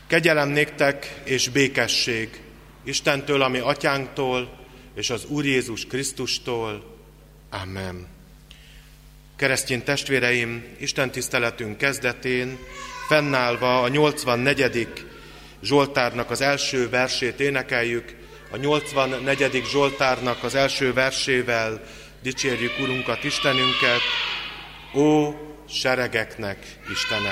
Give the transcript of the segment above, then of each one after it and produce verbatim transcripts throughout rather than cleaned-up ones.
Kegyelem néktek és békesség Istentől, ami atyánktól, és az Úr Jézus Krisztustól. Amen. Keresztény testvéreim, Isten tiszteletünk kezdetén fennállva a nyolcvannegyedik Zsoltárnak az első versét énekeljük. A nyolcvannegyedik Zsoltárnak az első versével dicsérjük Urunkat, Istenünket. Ó, seregeknek Istene!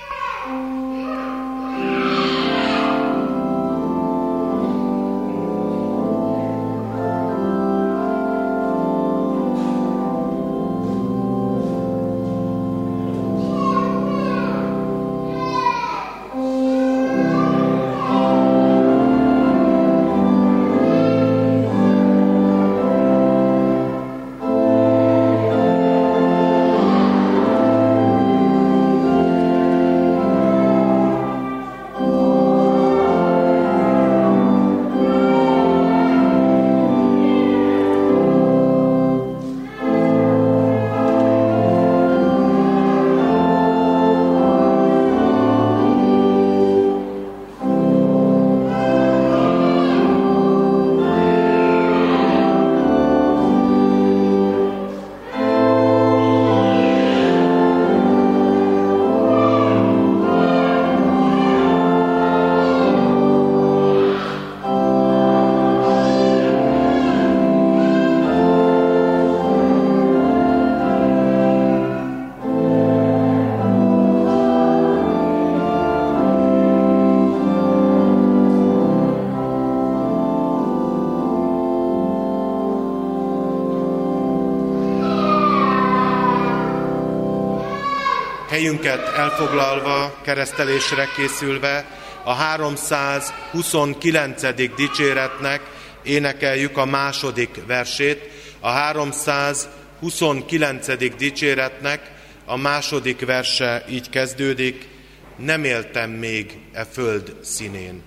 Helyünket elfoglalva, keresztelésre készülve, a háromszázhuszonkilencedik dicséretnek énekeljük a második versét. A háromszázhuszonkilencedik dicséretnek a második verse így kezdődik: nem éltem még e föld színén.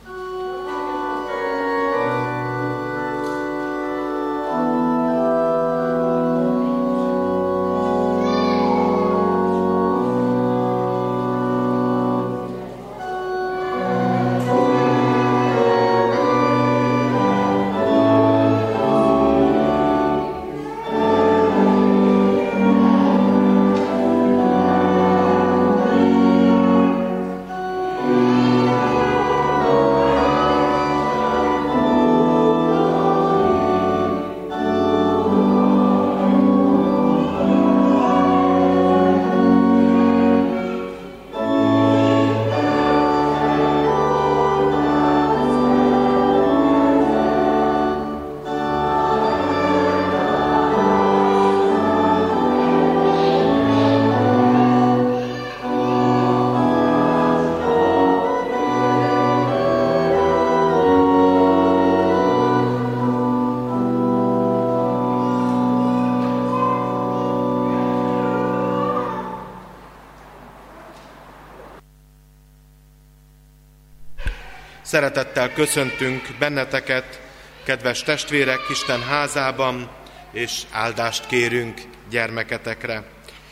Szeretettel köszöntünk benneteket, kedves testvérek, Isten házában, és áldást kérünk gyermeketekre.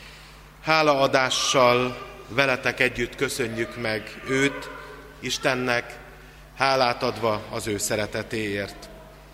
Hálaadással veletek együtt köszönjük meg őt, Istennek, hálát adva az ő szeretetéért.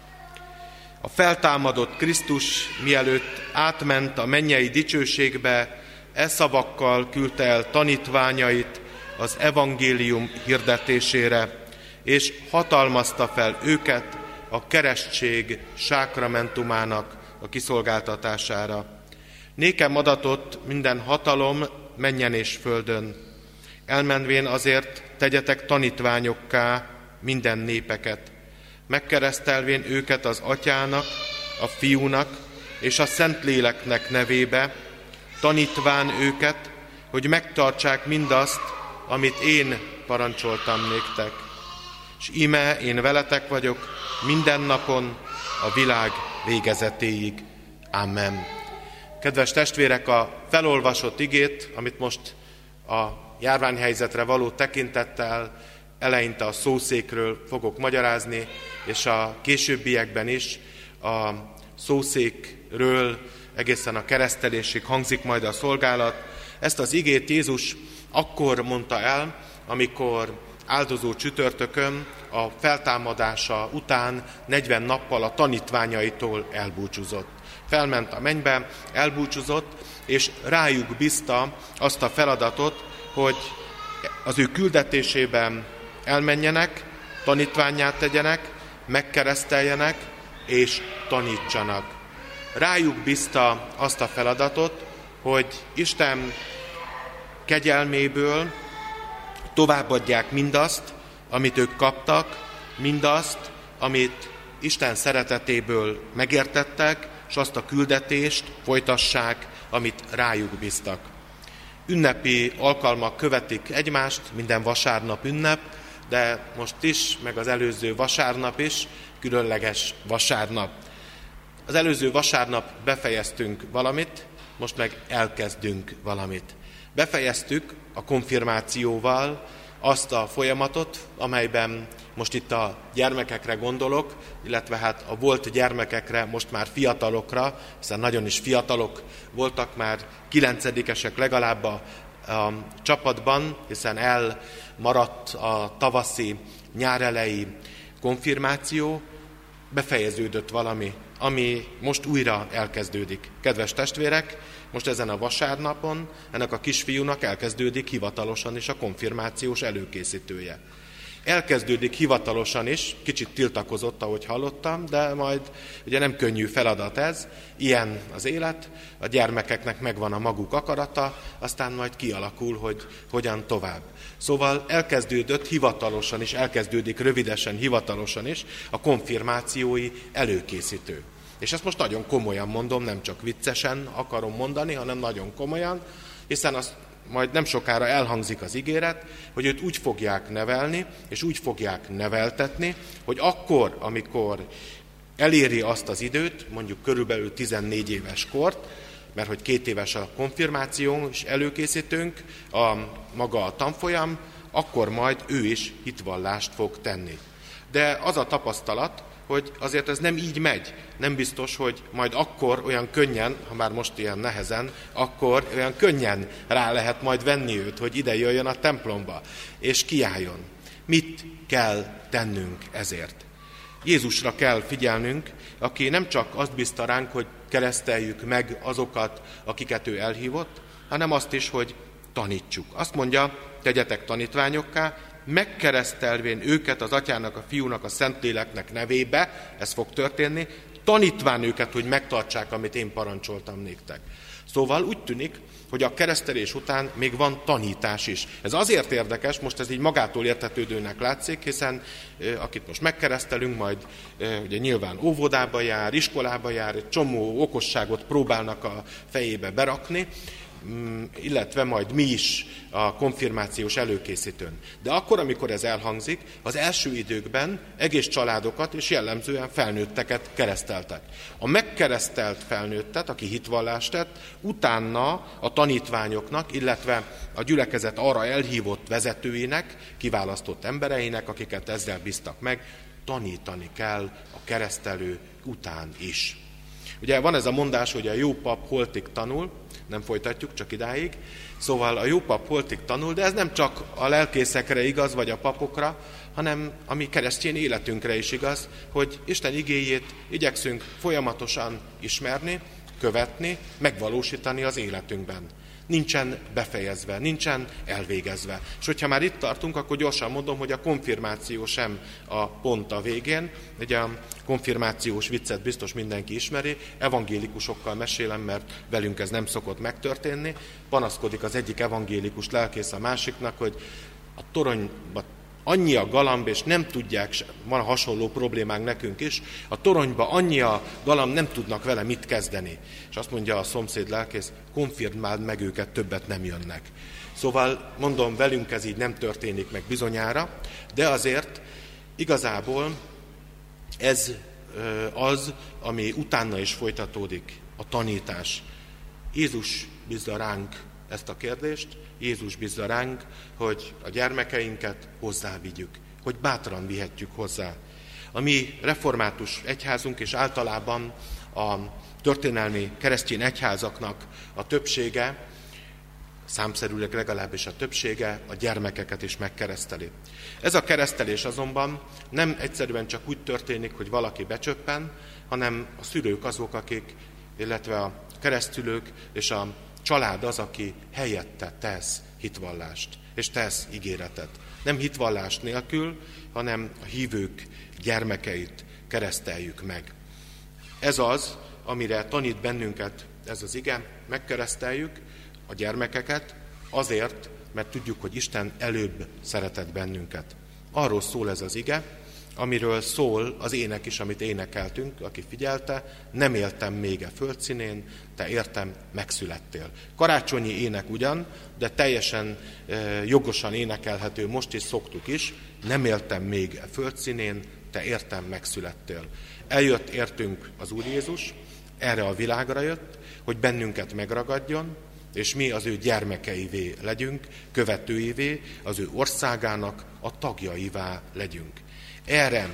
A feltámadott Krisztus mielőtt átment a mennyei dicsőségbe, e szavakkal küldte el tanítványait az evangélium hirdetésére, és hatalmazta fel őket a keresztség sákramentumának a kiszolgáltatására. Nékem adatott minden hatalom mennyen és földön. Elmenvén azért tegyetek tanítványokká minden népeket, megkeresztelvén őket az Atyának, a Fiúnak és a Szentléleknek nevébe, tanítván őket, hogy megtartsák mindazt, amit én parancsoltam néktek. És íme én veletek vagyok minden napon a világ végezetéig. Amen. Kedves testvérek, a felolvasott igét, amit most a járványhelyzetre való tekintettel eleinte a szószékről fogok magyarázni, és a későbbiekben is a szószékről egészen a keresztelésig hangzik majd a szolgálat. Ezt az igét Jézus akkor mondta el, amikor áldozó csütörtökön a feltámadása után negyven nappal a tanítványaitól elbúcsúzott. Felment a mennybe, elbúcsúzott, és rájuk bízta azt a feladatot, hogy az ő küldetésében elmenjenek, tanítvánnyá tegyenek, megkereszteljenek és tanítsanak. Rájuk bízta azt a feladatot, hogy Isten kegyelméből továbbadják mindazt, amit ők kaptak, mindazt, amit Isten szeretetéből megértettek, és azt a küldetést folytassák, amit rájuk bíztak. Ünnepi alkalmak követik egymást, minden vasárnap ünnep, de most is, meg az előző vasárnap is, különleges vasárnap. Az előző vasárnap befejeztünk valamit, most meg elkezdünk valamit. Befejeztük a konfirmációval azt a folyamatot, amelyben most itt a gyermekekre gondolok, illetve hát a volt gyermekekre, most már fiatalokra, hiszen nagyon is fiatalok voltak már, kilencedikesek legalább a, a csapatban, hiszen elmaradt a tavaszi, nyárelei konfirmáció, befejeződött valami, ami most újra elkezdődik. Kedves testvérek, most ezen a vasárnapon ennek a kisfiúnak elkezdődik hivatalosan is a konfirmációs előkészítője. Elkezdődik hivatalosan is, kicsit tiltakozott, ahogy hallottam, de majd ugye nem könnyű feladat ez, ilyen az élet, a gyermekeknek megvan a maguk akarata, aztán majd kialakul, hogy hogyan tovább. Szóval elkezdődött hivatalosan is, elkezdődik rövidesen, hivatalosan is a konfirmációi előkészítő. És ezt most nagyon komolyan mondom, nem csak viccesen akarom mondani, hanem nagyon komolyan, hiszen azt majd nem sokára elhangzik az ígéret, hogy őt úgy fogják nevelni, és úgy fogják neveltetni, hogy akkor, amikor eléri azt az időt, mondjuk körülbelül tizennégy éves kort, mert hogy két éves a konfirmáció és előkészítőnk, a maga a tanfolyam, akkor majd ő is hitvallást fog tenni. De az a tapasztalat, hogy azért ez nem így megy. Nem biztos, hogy majd akkor olyan könnyen, ha már most ilyen nehezen, akkor olyan könnyen rá lehet majd venni őt, hogy ide jöjjön a templomba, és kiálljon. Mit kell tennünk ezért? Jézusra kell figyelnünk, aki nem csak azt bízta ránk, hogy kereszteljük meg azokat, akiket ő elhívott, hanem azt is, hogy tanítsuk. Azt mondja, tegyetek tanítványokká, megkeresztelvén őket az Atyának, a Fiúnak, a Szentléleknek nevébe, ez fog történni, tanítván őket, hogy megtartsák, amit én parancsoltam néktek. Szóval úgy tűnik, hogy a keresztelés után még van tanítás is. Ez azért érdekes, most ez így magától értetődőnek látszik, hiszen akit most megkeresztelünk, majd ugye nyilván óvodába jár, iskolába jár, egy csomó okosságot próbálnak a fejébe berakni, illetve majd mi is a konfirmációs előkészítőn. De akkor, amikor ez elhangzik, az első időkben egész családokat és jellemzően felnőtteket kereszteltek. A megkeresztelt felnőttet, aki hitvallást tett, utána a tanítványoknak, illetve a gyülekezet arra elhívott vezetőinek, kiválasztott embereinek, akiket ezzel bíztak meg, tanítani kell a keresztelő után is. Ugye van ez a mondás, hogy a jó pap holtig tanul, nem folytatjuk, csak idáig. Szóval a jó pap holtig tanul, de ez nem csak a lelkészekre igaz, vagy a papokra, hanem a mi keresztény életünkre is igaz, hogy Isten igéjét igyekszünk folyamatosan ismerni, követni, megvalósítani az életünkben. Nincsen befejezve, nincsen elvégezve. És hogyha már itt tartunk, akkor gyorsan mondom, hogy a konfirmáció sem a pont a végén. Ugye a konfirmációs viccet biztos mindenki ismeri, evangélikusokkal mesélem, mert velünk ez nem szokott megtörténni. Panaszkodik az egyik evangélikus lelkész a másiknak, hogy a toronyba annyi a galamb, és nem tudják, van hasonló problémánk nekünk is, a toronyba annyi a galamb, nem tudnak vele mit kezdeni. És azt mondja a szomszéd lelkész, konfirmáld meg őket, többet nem jönnek. Szóval mondom, velünk ez így nem történik meg bizonyára, de azért igazából ez az, ami utána is folytatódik, a tanítás. Jézus bízza ránk ezt a kérdést, Jézus bízza ránk, hogy a gyermekeinket hozzávigyük, hogy bátran vihetjük hozzá. A mi református egyházunk és általában a történelmi keresztény egyházaknak a többsége számszerűleg legalábbis a többsége a gyermekeket is megkereszteli. Ez a keresztelés azonban nem egyszerűen csak úgy történik, hogy valaki becsöppen, hanem a szülők azok, akik, illetve a keresztülők és a család az, aki helyette tesz hitvallást, és tesz ígéretet. Nem hitvallás nélkül, hanem a hívők gyermekeit kereszteljük meg. Ez az, amire tanít bennünket ez az ige, megkereszteljük a gyermekeket azért, mert tudjuk, hogy Isten előbb szeretett bennünket. Arról szól ez az ige, amiről szól az ének is, amit énekeltünk, aki figyelte, nem éltem még a földszínén, te értem, megszülettél. Karácsonyi ének ugyan, de teljesen e, jogosan énekelhető, most is szoktuk is, nem éltem még a földszínén, te értem, megszülettél. Eljött értünk az Úr Jézus, erre a világra jött, hogy bennünket megragadjon, és mi az ő gyermekeivé legyünk, követőivé, az ő országának a tagjaivá legyünk. Erre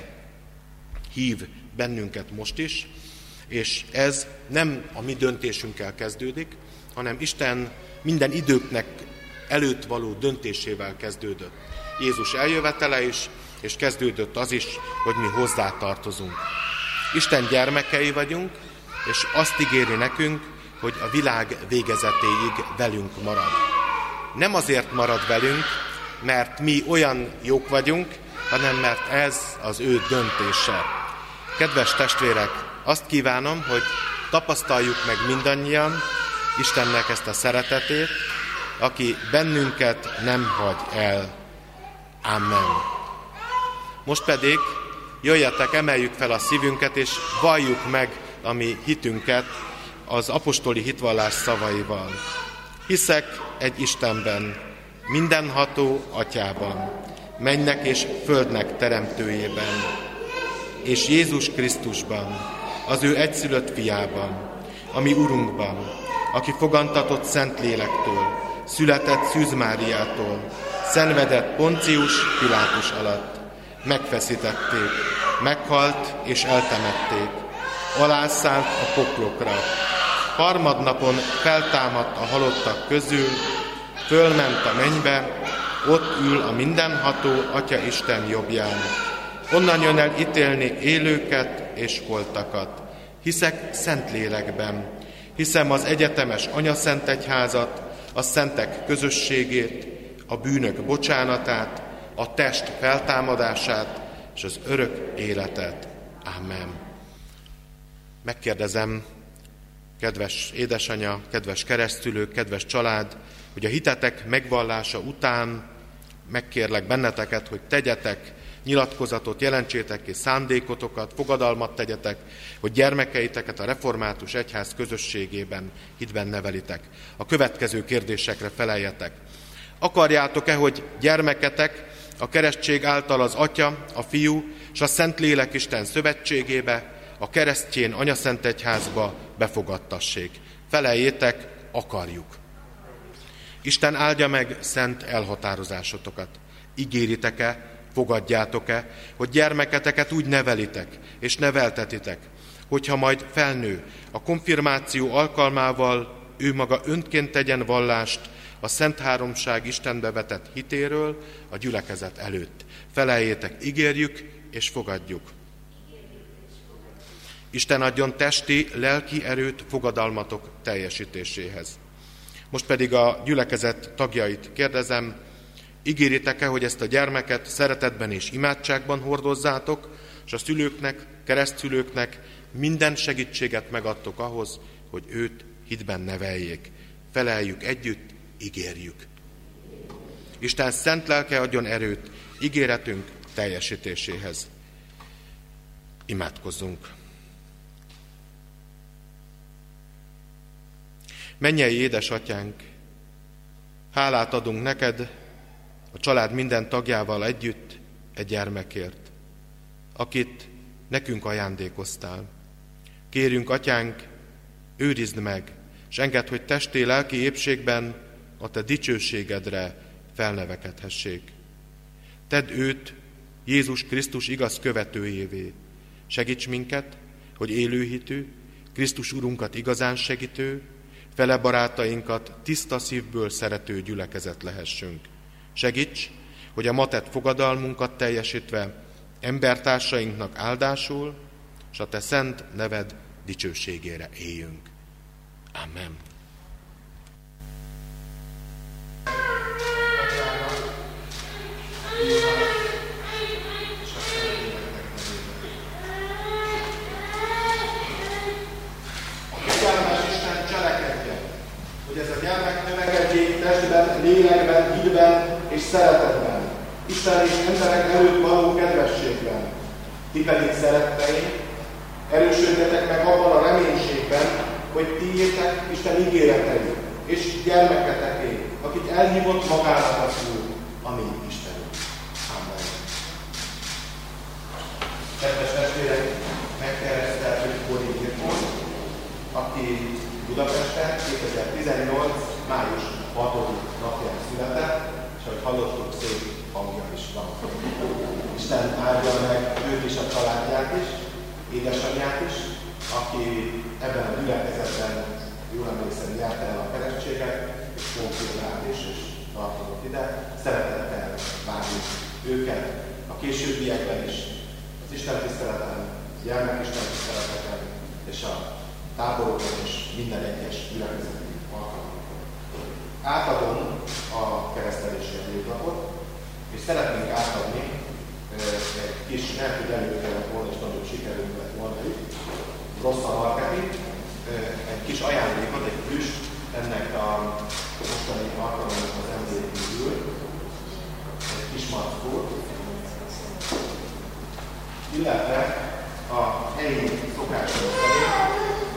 hív bennünket most is, és ez nem a mi döntésünkkel kezdődik, hanem Isten minden időknek előtt való döntésével kezdődött. Jézus eljövetele is, és kezdődött az is, hogy mi hozzá tartozunk. Isten gyermekei vagyunk, és azt ígéri nekünk, hogy a világ végezetéig velünk marad. Nem azért marad velünk, mert mi olyan jók vagyunk, hanem mert ez az ő döntése. Kedves testvérek, azt kívánom, hogy tapasztaljuk meg mindannyian Istennek ezt a szeretetét, aki bennünket nem hagy el. Amen. Most pedig jöjjetek, emeljük fel a szívünket, és valljuk meg a mi hitünket az apostoli hitvallás szavaival. Hiszek egy Istenben, mindenható Atyában, mennek és földnek teremtőjében, és Jézus Krisztusban, az ő egyszülött fiában, a mi Urunkban, aki fogantatott Szentlélektől, született Szűz Máriától, szenvedett Poncius Pilátus alatt, megfeszítették, meghalt és eltemették, alászállt a poklokra, harmadnapon feltámadt a halottak közül, fölment a mennybe, ott ül a mindenható Atya Isten jobbján. Onnan jön el ítélni élőket és holtakat. Hiszek Szentlélekben, hiszem az egyetemes anyaszentegyházat, a szentek közösségét, a bűnök bocsánatát, a test feltámadását és az örök életet. Amen. Megkérdezem, kedves édesanyja, kedves keresztülők, kedves család, hogy a hitetek megvallása után megkérlek benneteket, hogy tegyetek nyilatkozatot, jelentsétek ki szándékotokat, fogadalmat tegyetek, hogy gyermekeiteket a református egyház közösségében, hitben nevelitek. A következő kérdésekre feleljetek. Akarjátok-e, hogy gyermeketek a keresztség által az Atya, a Fiú és a Szentlélek Isten szövetségébe, a keresztjén anyaszentegyházba befogadtassék? Feleljétek, akarjuk. Isten áldja meg szent elhatározásotokat. Ígéritek-e, fogadjátok-e, hogy gyermeketeket úgy nevelitek és neveltetitek, hogyha majd felnő, a konfirmáció alkalmával ő maga önként tegyen vallást a Szent Háromság Istenbe vetett hitéről a gyülekezet előtt. Feleljétek, ígérjük és fogadjuk. Isten adjon testi, lelki erőt fogadalmatok teljesítéséhez. Most pedig a gyülekezet tagjait kérdezem, ígéritek-e, hogy ezt a gyermeket szeretetben és imádságban hordozzátok, és a szülőknek, keresztszülőknek minden segítséget megadtok ahhoz, hogy őt hitben neveljék. Feleljük együtt, ígérjük. Isten szent lelke adjon erőt ígéretünk teljesítéséhez. Imádkozzunk. Mennyei édesatyánk, hálát adunk neked a család minden tagjával együtt egy gyermekért, akit nekünk ajándékoztál. Kérünk, atyánk, őrizd meg, és engedd, hogy testé, lelki épségben a te dicsőségedre felnevekedhessék. Tedd őt Jézus Krisztus igaz követőjévé. Segíts minket, hogy élőhitű, Krisztus Urunkat igazán segítő, fele barátainkat tiszta szívből szerető gyülekezet lehessünk. Segíts, hogy a ma tett fogadalmunkat teljesítve embertársainknak áldásul, és a te szent neved dicsőségére éljünk. Amen. Kegyelmes Isten cselekedjen, hogy ez a gyermek növekedjék testben, lélekben, hitben és szeretetben, Isten és emberek előtt való kedvességben. Ti pedig, szeretteim, erősödjetek meg abban a reménységben, hogy tiétek Isten ígéretei és gyermeketeké, akit elhívott magának az Úr, a mi Istenünk. Amen. Kedves testvérek, megkereszteltük Kori Irkót, aki Budapesten kétezer-tizennyolc. május hatodik napján született, és ahogy hallottuk, szép hangja is van. Isten áldja meg őt is, a családját is, édesanyját is, aki ebben a gyülekezetben, jól emlékszem, járt el a keresztséget, és konfirmált és tartozott ide. Szeretettel várjuk őket a későbbiekben is, az Isten tiszteleten, gyermekisten tiszteleteken, és a táborokon és minden egyes gyülekezeti alkalmakon. Átadom a keresztelési ablakot, és szeretnénk átadni egy kis, nem tud elő kellett volna, és nagyobb sikerünk lett volna itt, rossz a marketing, egy kis ajándékot, egy füst ennek a mostani alkalomnak az emlékéből, egy kis mackót, illetve a helyi szokások szerint,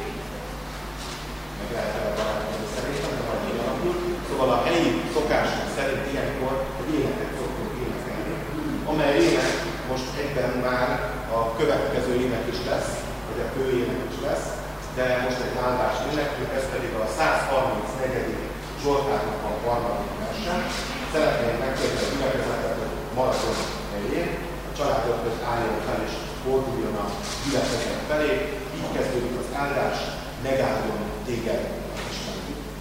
meg lehet elbarátani szerintem, de majd így alakult. Szóval a helyi szokások szerint ilyenkor egy éneket szoktunk énekelni, amely ének most egyben már a következő ének is lesz, vagy a fő ének is lesz, de most egy áldás énekünk, ez pedig a száz harmincnegyedik Zsoltárnak a harmadik versen. Szeretném megkérni a gyülekezetet, hogy maradjon helyén, a családot, hogy álljon fel és forduljon a gyülekezet felé. Így kezdődik az áldás, megáldjon téged Isten.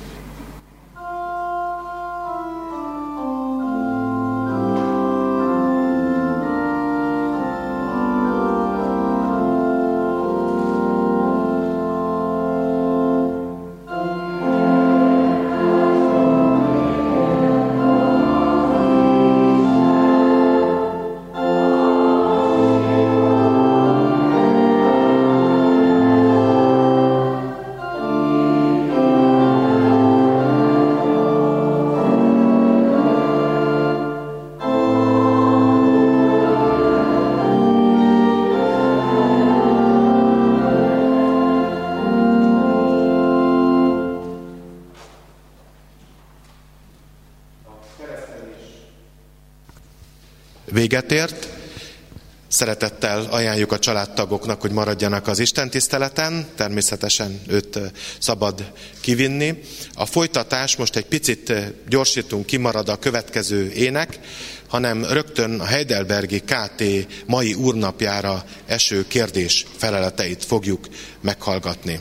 Véget ért. Szeretettel ajánljuk a családtagoknak, hogy maradjanak az istentiszteleten, természetesen őt szabad kivinni. A folytatás most egy picit gyorsítunk, kimarad a következő ének, hanem rögtön a Heidelbergi ká té mai úrnapjára eső kérdés feleleteit fogjuk meghallgatni.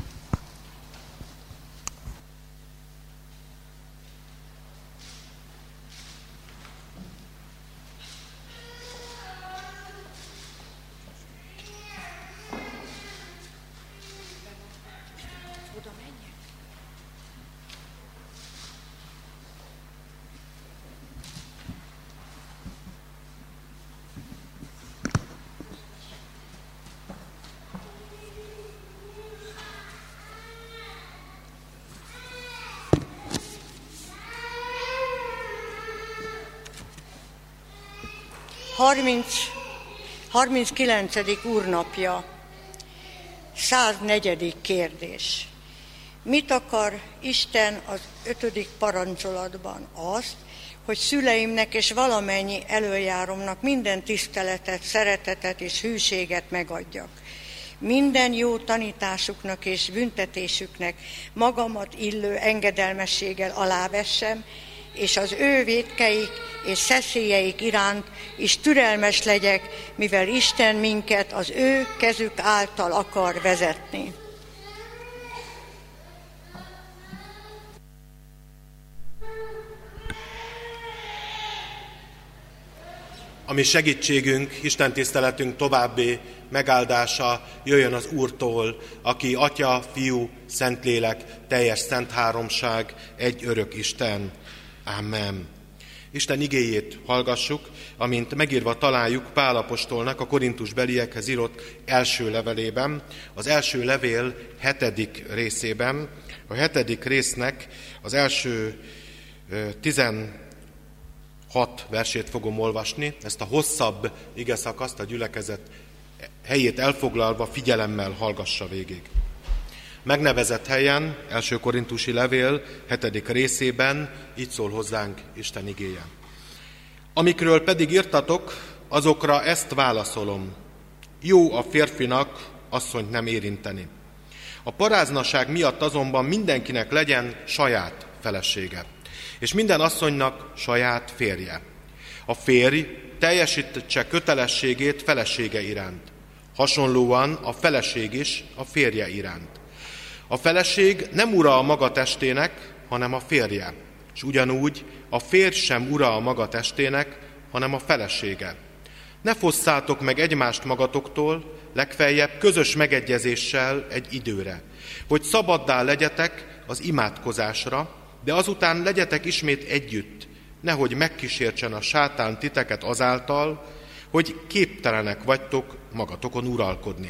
harminckilencedik úrnapja, száznegyedik kérdés. Mit akar Isten az ötödik parancsolatban? Azt, hogy szüleimnek és valamennyi elöljáromnak minden tiszteletet, szeretetet és hűséget megadjak. Minden jó tanításuknak és büntetésüknek magamat illő engedelmességgel alávessem, és az ő vétkeik és szeszélyeik iránt is türelmes legyek, mivel Isten minket az ő kezük által akar vezetni. ami segítségünk, Isten tiszteletünk további megáldása jöjjön az Úrtól, aki Atya, Fiú, Szentlélek, teljes szent háromság, egy örök Isten. Amen. Isten igéjét hallgassuk, amint megírva találjuk Pál apostolnak a korintusbeliekhez írott első levelében, az első levél hetedik részében. A hetedik résznek az első tizenhat versét fogom olvasni, ezt a hosszabb igeszakaszt a gyülekezet helyét elfoglalva figyelemmel hallgassa végig. Megnevezett helyen, első korintusi levél hetedik részében így szól hozzánk Isten igéje. Amikről pedig írtatok, azokra ezt válaszolom. Jó a férfinak asszonyt nem érinteni. A paráznaság miatt azonban mindenkinek legyen saját felesége, és minden asszonynak saját férje. A férj teljesítse kötelességét felesége iránt. Hasonlóan a feleség is a férje iránt. A feleség nem ura a maga testének, hanem a férje, és ugyanúgy a férj sem ura a maga testének, hanem a felesége. Ne fosszátok meg egymást magatoktól, legfeljebb közös megegyezéssel egy időre, hogy szabaddá legyetek az imádkozásra, de azután legyetek ismét együtt, nehogy megkísértsen a sátán titeket azáltal, hogy képtelenek vagytok magatokon uralkodni.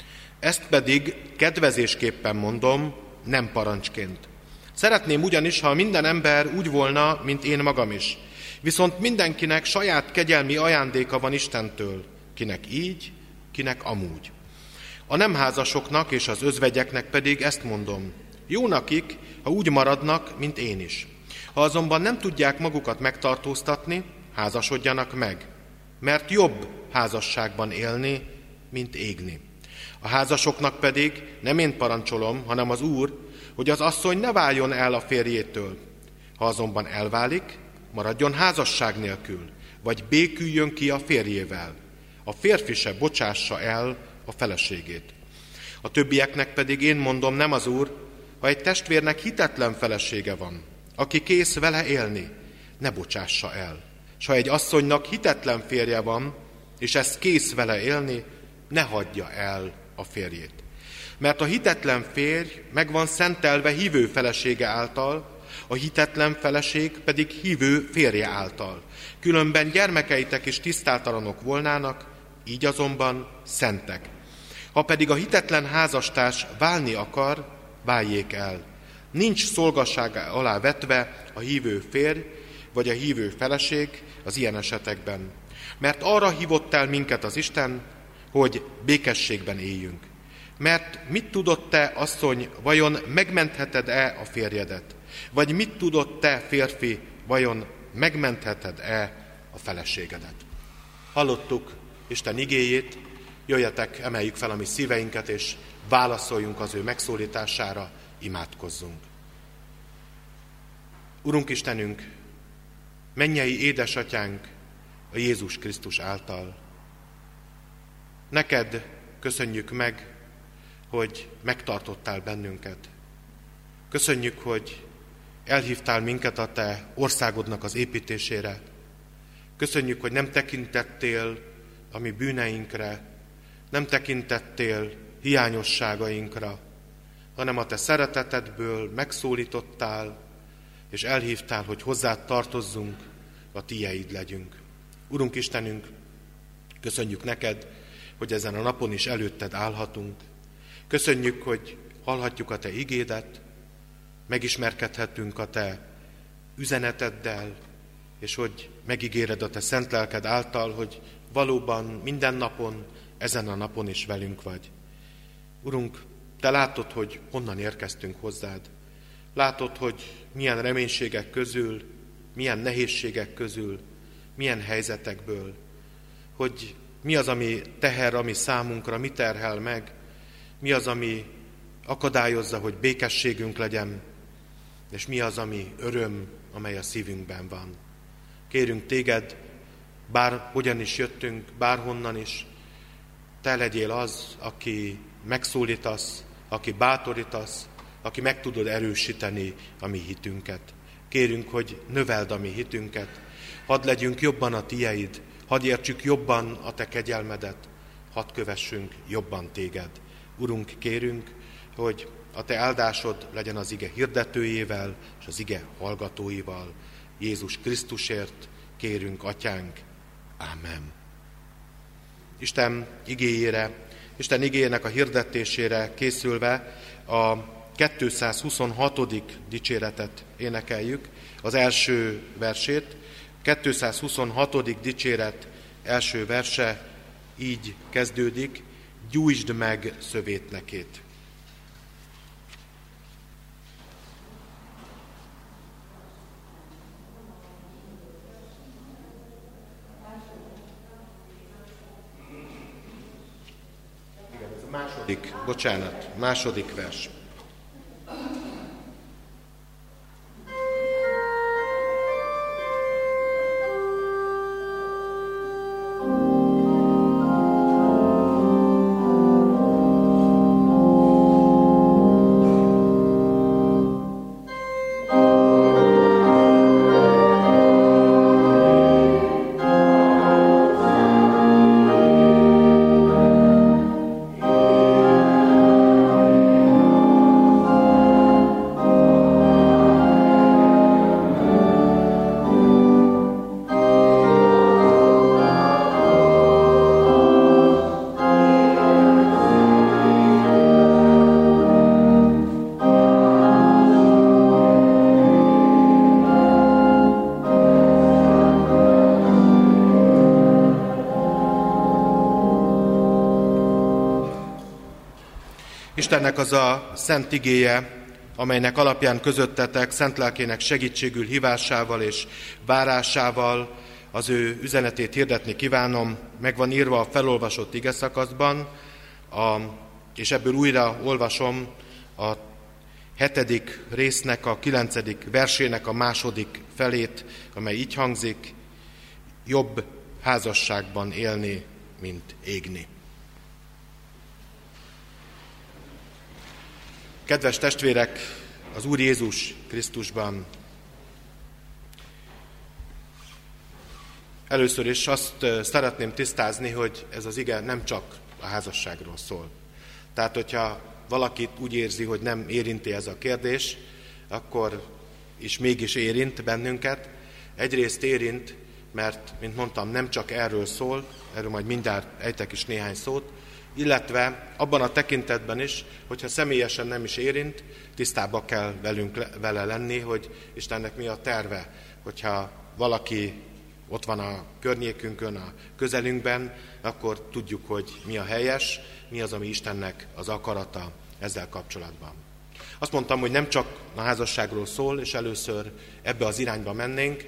Ezt pedig kedvezésképpen mondom, nem parancsként. Szeretném ugyanis, ha minden ember úgy volna, mint én magam is. Viszont mindenkinek saját kegyelmi ajándéka van Istentől, kinek így, kinek amúgy. A nem házasoknak és az özvegyeknek pedig ezt mondom. Jó nekik, ha úgy maradnak, mint én is. Ha azonban nem tudják magukat megtartóztatni, házasodjanak meg, mert jobb házasságban élni, mint égni. A házasoknak pedig nem én parancsolom, hanem az Úr, hogy az asszony ne váljon el a férjétől. Ha azonban elválik, maradjon házasság nélkül, vagy béküljön ki a férjével. A férfi se bocsássa el a feleségét. A többieknek pedig én mondom, nem az Úr, ha egy testvérnek hitetlen felesége van, aki kész vele élni, ne bocsássa el. S ha egy asszonynak hitetlen férje van, és ez kész vele élni, ne hagyja el a férjét. Mert a hitetlen férj meg van szentelve hívő felesége által, a hitetlen feleség pedig hívő férje által. Különben gyermekeitek is tisztátalanok volnának, így azonban szentek. Ha pedig a hitetlen házastárs válni akar, váljék el. Nincs szolgasság alá vetve a hívő férj, vagy a hívő feleség az ilyen esetekben. Mert arra hívott el minket az Isten, hogy békességben éljünk. Mert mit tudott te, asszony, vajon megmentheted-e a férjedet? Vagy mit tudott te, férfi, vajon megmentheted-e a feleségedet? Hallottuk Isten igéjét, jöjjetek, emeljük fel a mi szíveinket, és válaszoljunk az ő megszólítására, imádkozzunk. Urunk Istenünk, mennyei édesatyánk a Jézus Krisztus által. Neked köszönjük meg, hogy megtartottál bennünket. Köszönjük, hogy elhívtál minket a te országodnak az építésére. Köszönjük, hogy nem tekintettél a mi bűneinkre, nem tekintettél hiányosságainkra, hanem a te szeretetedből megszólítottál, és elhívtál, hogy hozzád tartozzunk, a tieid legyünk. Urunk Istenünk, köszönjük neked, hogy ezen a napon is előtted állhatunk. Köszönjük, hogy hallhatjuk a te igédet, megismerkedhetünk a te üzeneteddel, és hogy megígéred a te szent lelked által, hogy valóban minden napon, ezen a napon is velünk vagy. Urunk, te látod, hogy honnan érkeztünk hozzád. Látod, hogy milyen reménységek közül, milyen nehézségek közül, milyen helyzetekből, hogy mi az, ami teher, ami számunkra, mi terhel meg, mi az, ami akadályozza, hogy békességünk legyen, és mi az, ami öröm, amely a szívünkben van. Kérünk téged, bár hogyan is jöttünk, bárhonnan is, te legyél az, aki megszólítasz, aki bátorítasz, aki meg tudod erősíteni a mi hitünket. Kérünk, hogy növeld a mi hitünket, hadd legyünk jobban a tieid, hadd értsük jobban a te kegyelmedet, hadd kövessünk jobban téged. Urunk, kérünk, hogy a te áldásod legyen az ige hirdetőjével és az ige hallgatóival. Jézus Krisztusért kérünk, Atyánk. Ámen. Isten igéjére, Isten igéjének a hirdetésére készülve a kétszázhuszonhatodik dicséretet énekeljük, az első versét. kétszázhuszonhatodik dicséret első verse így kezdődik: gyújtsd meg szövétnekét. Igen, ez a második, bocsánat, második vers. Istennek az a szent igéje, amelynek alapján közöttetek szent lelkének segítségül hívásával és várásával az ő üzenetét hirdetni kívánom, meg van írva a felolvasott igeszakaszban, a, és ebből újra olvasom a hetedik résznek a kilencedik versének a második felét, amely így hangzik: jobb házasságban élni, mint égni. Kedves testvérek, az Úr Jézus Krisztusban, először is azt szeretném tisztázni, hogy ez az ige nem csak a házasságról szól. Tehát, hogyha valaki úgy érzi, hogy nem érinti ez a kérdés, akkor is mégis érint bennünket. Egyrészt érint, mert, mint mondtam, nem csak erről szól, erről majd mindjárt ejtek is néhány szót, illetve abban a tekintetben is, hogyha személyesen nem is érint, tisztába kell velünk vele lenni, hogy Istennek mi a terve, hogyha valaki ott van a környékünkön, a közelünkben, akkor tudjuk, hogy mi a helyes, mi az, ami Istennek az akarata ezzel kapcsolatban. Azt mondtam, hogy nem csak a házasságról szól, és először ebbe az irányba mennénk.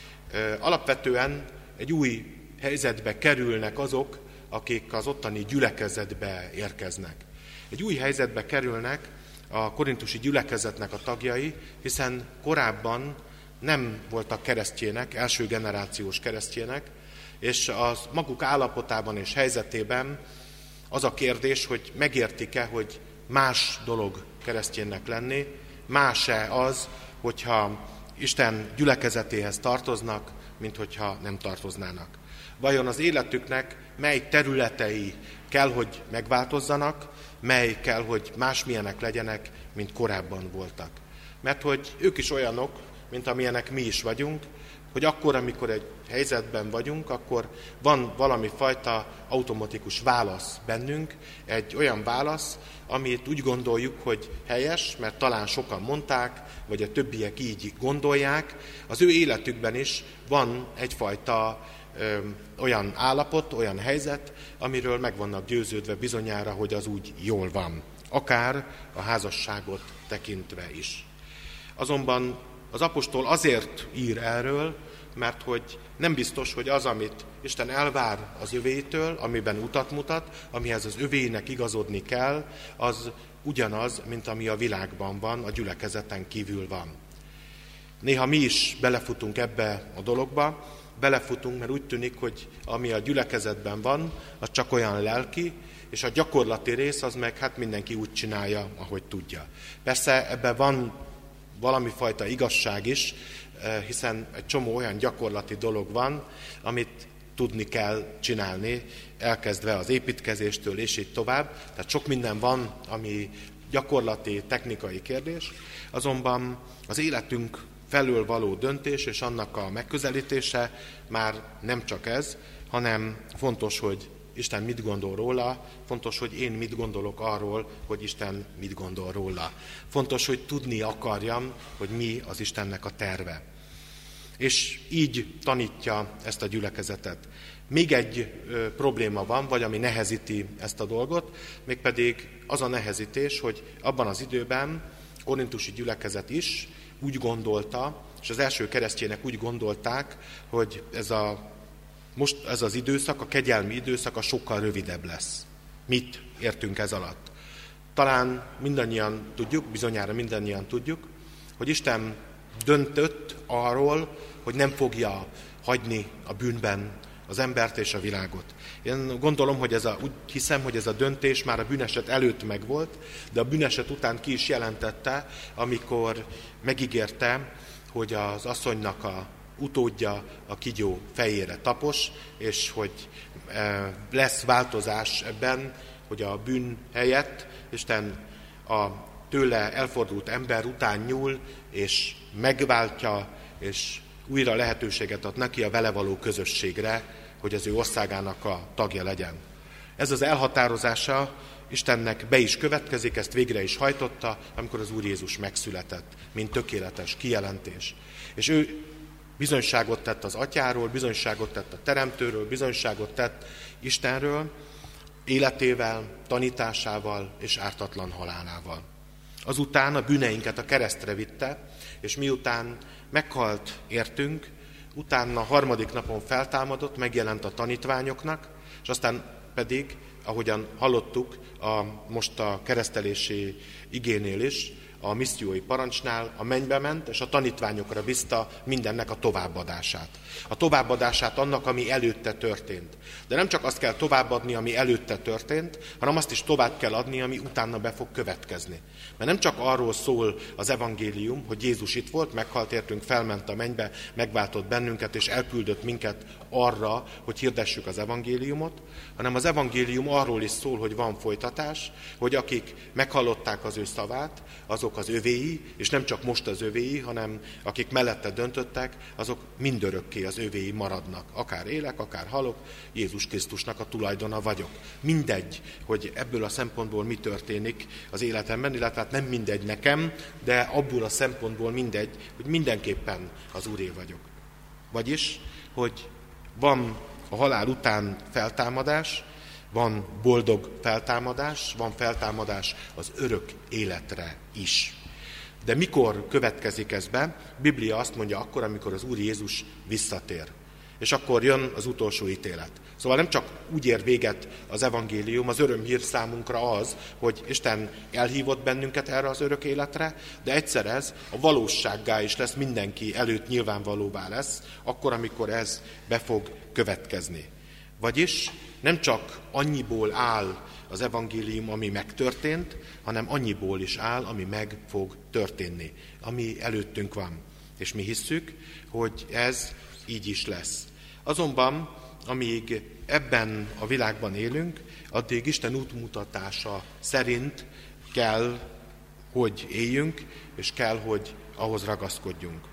Alapvetően egy új helyzetbe kerülnek azok, akik az ottani gyülekezetbe érkeznek. Egy új helyzetbe kerülnek a korintusi gyülekezetnek a tagjai, hiszen korábban nem voltak keresztjének, első generációs keresztjének, és az maguk állapotában és helyzetében az a kérdés, hogy megértik-e, hogy más dolog keresztjénnek lenni, más-e az, hogyha Isten gyülekezetéhez tartoznak, mint hogyha nem tartoznának. Vajon az életüknek mely területei kell, hogy megváltozzanak, mely kell, hogy másmilyenek legyenek, mint korábban voltak. Mert hogy ők is olyanok, mint amilyenek mi is vagyunk, hogy akkor, amikor egy helyzetben vagyunk, akkor van valami fajta automatikus válasz bennünk, egy olyan válasz, amit úgy gondoljuk, hogy helyes, mert talán sokan mondták, vagy a többiek így gondolják. Az ő életükben is van egyfajta ö, olyan állapot, olyan helyzet, amiről meg vannak győződve bizonyára, hogy az úgy jól van. Akár a házasságot tekintve is. Azonban az apostol azért ír erről, mert hogy nem biztos, hogy az, amit Isten elvár az övéitől, amiben utat mutat, amihez az övéinek igazodni kell, az ugyanaz, mint ami a világban van, a gyülekezeten kívül van. Néha mi is belefutunk ebbe a dologba, belefutunk, mert úgy tűnik, hogy ami a gyülekezetben van, az csak olyan lelki, és a gyakorlati rész az meg hát mindenki úgy csinálja, ahogy tudja. Persze ebben van valami fajta igazság is, hiszen egy csomó olyan gyakorlati dolog van, amit tudni kell csinálni, elkezdve az építkezéstől, és így tovább. Tehát sok minden van, ami gyakorlati, technikai kérdés, azonban az életünk felől való döntés és annak a megközelítése már nem csak ez, hanem fontos, hogy Isten mit gondol róla, fontos, hogy én mit gondolok arról, hogy Isten mit gondol róla. Fontos, hogy tudni akarjam, hogy mi az Istennek a terve. És így tanítja ezt a gyülekezetet. Még egy ö, probléma van, vagy ami nehezíti ezt a dolgot, mégpedig az a nehezítés, hogy abban az időben korintusi gyülekezet is úgy gondolta, és az első keresztjének úgy gondolták, hogy ez, a, most ez az időszak, a kegyelmi időszak a sokkal rövidebb lesz. Mit értünk ez alatt? Talán mindannyian tudjuk, bizonyára mindannyian tudjuk, hogy Isten döntött arról, hogy nem fogja hagyni a bűnben az embert és a világot. Én gondolom, hogy ez a, úgy hiszem, hogy ez a döntés már a bűneset előtt megvolt, de a bűneset után ki is jelentette, amikor megígérte, hogy az asszonynak a utódja a kígyó fejére tapos, és hogy e, lesz változás ebben, hogy a bűn helyett Isten a tőle elfordult ember után nyúl, és megváltja, és újra lehetőséget ad neki a vele való közösségre, hogy az ő országának a tagja legyen. Ez az elhatározása Istennek be is következik, ezt végre is hajtotta, amikor az Úr Jézus megszületett, mint tökéletes kijelentés. És ő bizonyságot tett az Atyáról, bizonyságot tett a Teremtőről, bizonyságot tett Istenről, életével, tanításával és ártatlan halálával. Azután a bűneinket a keresztre vitte, és miután meghalt értünk, utána a harmadik napon feltámadott, megjelent a tanítványoknak, és aztán pedig, ahogyan hallottuk a, most a keresztelési igénél is, a missziói parancsnál a mennybe ment, és a tanítványokra bízta mindennek a továbbadását. A továbbadását annak, ami előtte történt. De nem csak azt kell továbbadni, ami előtte történt, hanem azt is tovább kell adni, ami utána be fog következni. Mert nem csak arról szól az evangélium, hogy Jézus itt volt, meghalt értünk, felment a mennybe, megváltott bennünket, és elküldött minket arra, hogy hirdessük az evangéliumot, hanem az evangélium arról is szól, hogy van folytatás, hogy akik meghallották az ő szavát, azok az övéi, és nem csak most az övéi, hanem akik mellette döntöttek, azok mindörökké az övéi maradnak. Akár élek, akár halok, Jézus Krisztusnak a tulajdona vagyok. Mindegy, hogy ebből a szempontból mi történik az életemben, illetve hát nem mindegy nekem, de abból a szempontból mindegy, hogy mindenképpen az Úré vagyok. Vagyis, hogy van a halál után feltámadás, van boldog feltámadás, van feltámadás az örök életre is. De mikor következik ez be? Biblia azt mondja akkor, amikor az Úr Jézus visszatér. És akkor jön az utolsó ítélet. Szóval nem csak úgy ér véget az evangélium, az örömhír számunkra az, hogy Isten elhívott bennünket erre az örök életre, de egyszer ez a valósággá is lesz, mindenki előtt nyilvánvalóvá lesz, akkor, amikor ez be fog következni. Vagyis nem csak annyiból áll az evangélium, ami megtörtént, hanem annyiból is áll, ami meg fog történni, ami előttünk van. És mi hisszük, hogy ez így is lesz. Azonban, amíg ebben a világban élünk, addig Isten útmutatása szerint kell, hogy éljünk, és kell, hogy ahhoz ragaszkodjunk.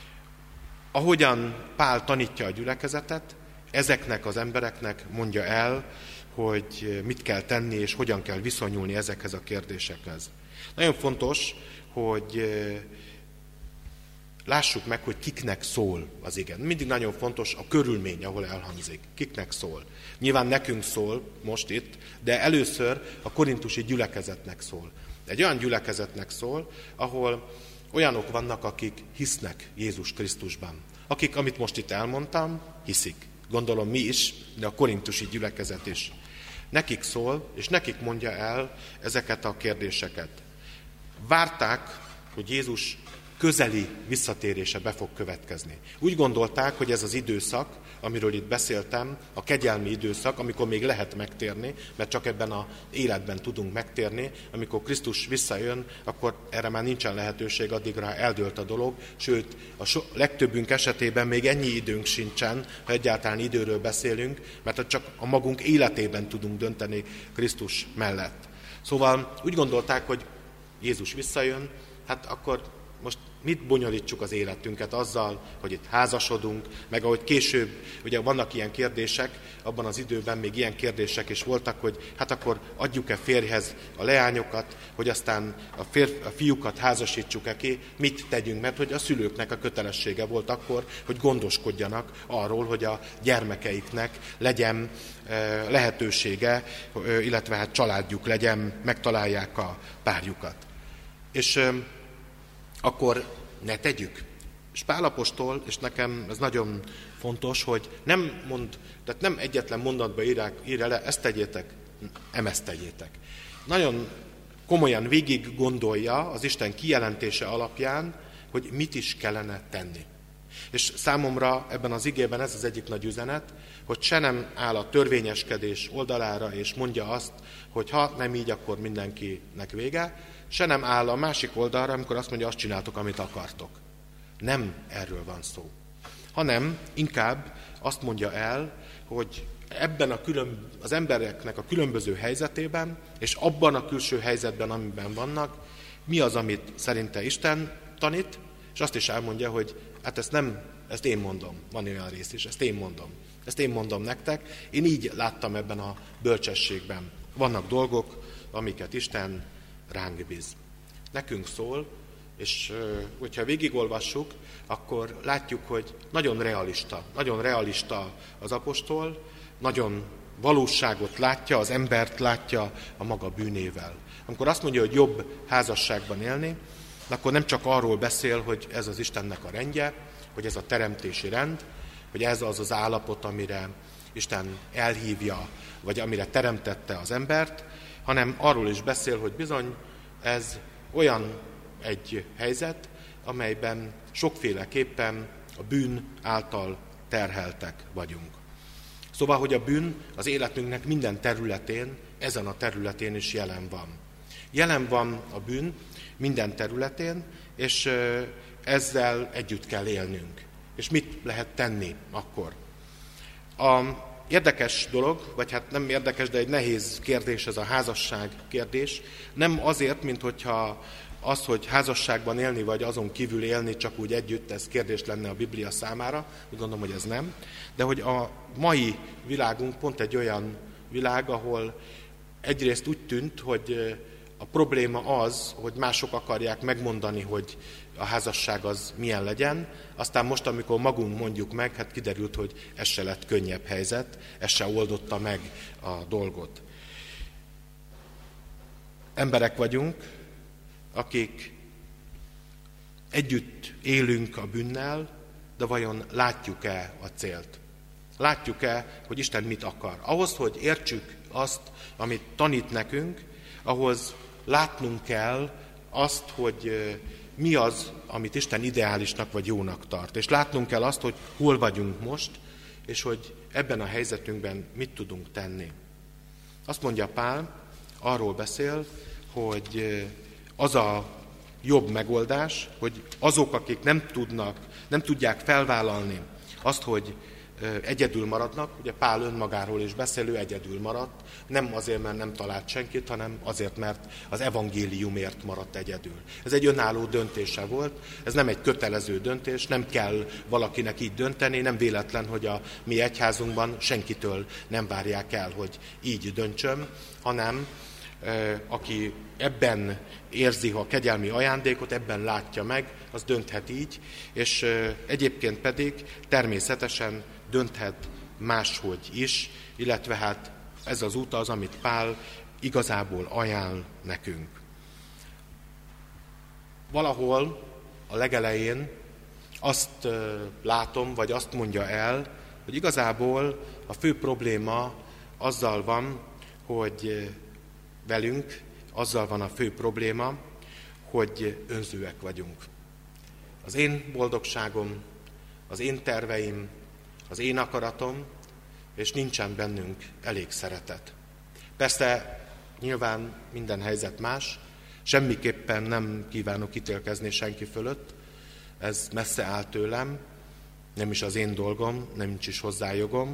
Ahogyan Pál tanítja a gyülekezetet, ezeknek az embereknek mondja el, hogy mit kell tenni, és hogyan kell viszonyulni ezekhez a kérdésekhez. Nagyon fontos, hogy lássuk meg, hogy kiknek szól az ige. Mindig nagyon fontos a körülmény, ahol elhangzik. Kiknek szól. Nyilván nekünk szól most itt, de először a korintusi gyülekezetnek szól. Egy olyan gyülekezetnek szól, ahol olyanok vannak, akik hisznek Jézus Krisztusban. Akik, amit most itt elmondtam, hiszik. Gondolom mi is, de a korintusi gyülekezet is. Nekik szól, és nekik mondja el ezeket a kérdéseket. Várták, hogy Jézus közeli visszatérése be fog következni. Úgy gondolták, hogy ez az időszak, amiről itt beszéltem, a kegyelmi időszak, amikor még lehet megtérni, mert csak ebben az életben tudunk megtérni, amikor Krisztus visszajön, akkor erre már nincsen lehetőség, addigra eldőlt a dolog, sőt, a so- legtöbbünk esetében még ennyi időnk sincsen, ha egyáltalán időről beszélünk, mert csak a magunk életében tudunk dönteni Krisztus mellett. Szóval úgy gondolták, hogy Jézus visszajön, hát akkor most mit bonyolítsuk az életünket azzal, hogy itt házasodunk, meg ahogy később, ugye vannak ilyen kérdések, abban az időben még ilyen kérdések is voltak, hogy hát akkor adjuk-e férjhez a leányokat, hogy aztán a, férf, a fiúkat házasítsuk-e ki, mit tegyünk, mert hogy a szülőknek a kötelessége volt akkor, hogy gondoskodjanak arról, hogy a gyermekeiknek legyen lehetősége, illetve hát családjuk legyen, megtalálják a párjukat. És akkor ne tegyük. És Pál apostol, és nekem ez nagyon fontos, hogy nem mond, tehát nem egyetlen mondatba írják, írja le, ezt tegyétek, nem ezt tegyétek. Nagyon komolyan végig gondolja az Isten kijelentése alapján, hogy mit is kellene tenni. És számomra ebben az igében ez az egyik nagy üzenet, hogy se nem áll a törvényeskedés oldalára, és mondja azt, hogy ha nem így, akkor mindenkinek vége, se nem áll a másik oldalra, amikor azt mondja, azt csináltok, amit akartok. Nem erről van szó. Hanem inkább azt mondja el, hogy ebben a külön, az embereknek a különböző helyzetében, és abban a külső helyzetben, amiben vannak, mi az, amit szerinte Isten tanít, és azt is elmondja, hogy hát ezt nem, ezt én mondom, van olyan rész is, ezt én mondom. Ezt én mondom nektek, én így láttam ebben a bölcsességben. Vannak dolgok, amiket Isten ránk bíz. Nekünk szól, és hogyha végigolvassuk, akkor látjuk, hogy nagyon realista, nagyon realista az apostol, nagyon valóságot látja, az embert látja a maga bűnével. Amikor azt mondja, hogy jobb házasságban élni, akkor nem csak arról beszél, hogy ez az Istennek a rendje, hogy ez a teremtési rend, hogy ez az az állapot, amire Isten elhívja, vagy amire teremtette az embert, hanem arról is beszél, hogy bizony ez olyan egy helyzet, amelyben sokféleképpen a bűn által terheltek vagyunk. Szóval, hogy a bűn az életünknek minden területén, ezen a területén is jelen van. Jelen van a bűn minden területén, és ezzel együtt kell élnünk. És mit lehet tenni akkor? A érdekes dolog, vagy hát nem érdekes, de egy nehéz kérdés ez a házasság kérdés. Nem azért, mint hogyha az, hogy házasságban élni, vagy azon kívül élni, csak úgy együtt, ez kérdés lenne a Biblia számára, úgy gondolom, hogy ez nem. De hogy a mai világunk pont egy olyan világ, ahol egyrészt úgy tűnt, hogy a probléma az, hogy mások akarják megmondani, hogy a házasság az milyen legyen, aztán most, amikor magunk mondjuk meg, hát kiderült, hogy ez se lett könnyebb helyzet, ez se oldotta meg a dolgot. Emberek vagyunk, akik együtt élünk a bűnnel, de vajon látjuk-e a célt? Látjuk-e, hogy Isten mit akar? Ahhoz, hogy értsük azt, amit tanít nekünk, ahhoz látnunk kell azt, hogy mi az, amit Isten ideálisnak vagy jónak tart. És látnunk kell azt, hogy hol vagyunk most, és hogy ebben a helyzetünkben mit tudunk tenni. Azt mondja Pál, arról beszél, hogy az a jobb megoldás, hogy azok, akik nem tudnak, nem tudják felvállalni azt, hogy egyedül maradnak, ugye Pál önmagáról is beszél, ő egyedül maradt, nem azért, mert nem talált senkit, hanem azért, mert az evangéliumért maradt egyedül. Ez egy önálló döntése volt, ez nem egy kötelező döntés, nem kell valakinek így dönteni, nem véletlen, hogy a mi egyházunkban senkitől nem várják el, hogy így döntsön, hanem aki ebben érzi a kegyelmi ajándékot, ebben látja meg, az dönthet így, és egyébként pedig természetesen dönthet máshogy is, illetve hát ez az út az, amit Pál igazából ajánl nekünk. Valahol a legelején azt látom, vagy azt mondja el, hogy igazából a fő probléma azzal van, hogy velünk azzal van a fő probléma, hogy önzőek vagyunk. az én boldogságom, az én terveim, az én akaratom, és nincsen bennünk elég szeretet. Persze nyilván minden helyzet más, semmiképpen nem kívánok ítélkezni senki fölött, ez messze áll tőlem, nem is az én dolgom, nem is hozzá jogom,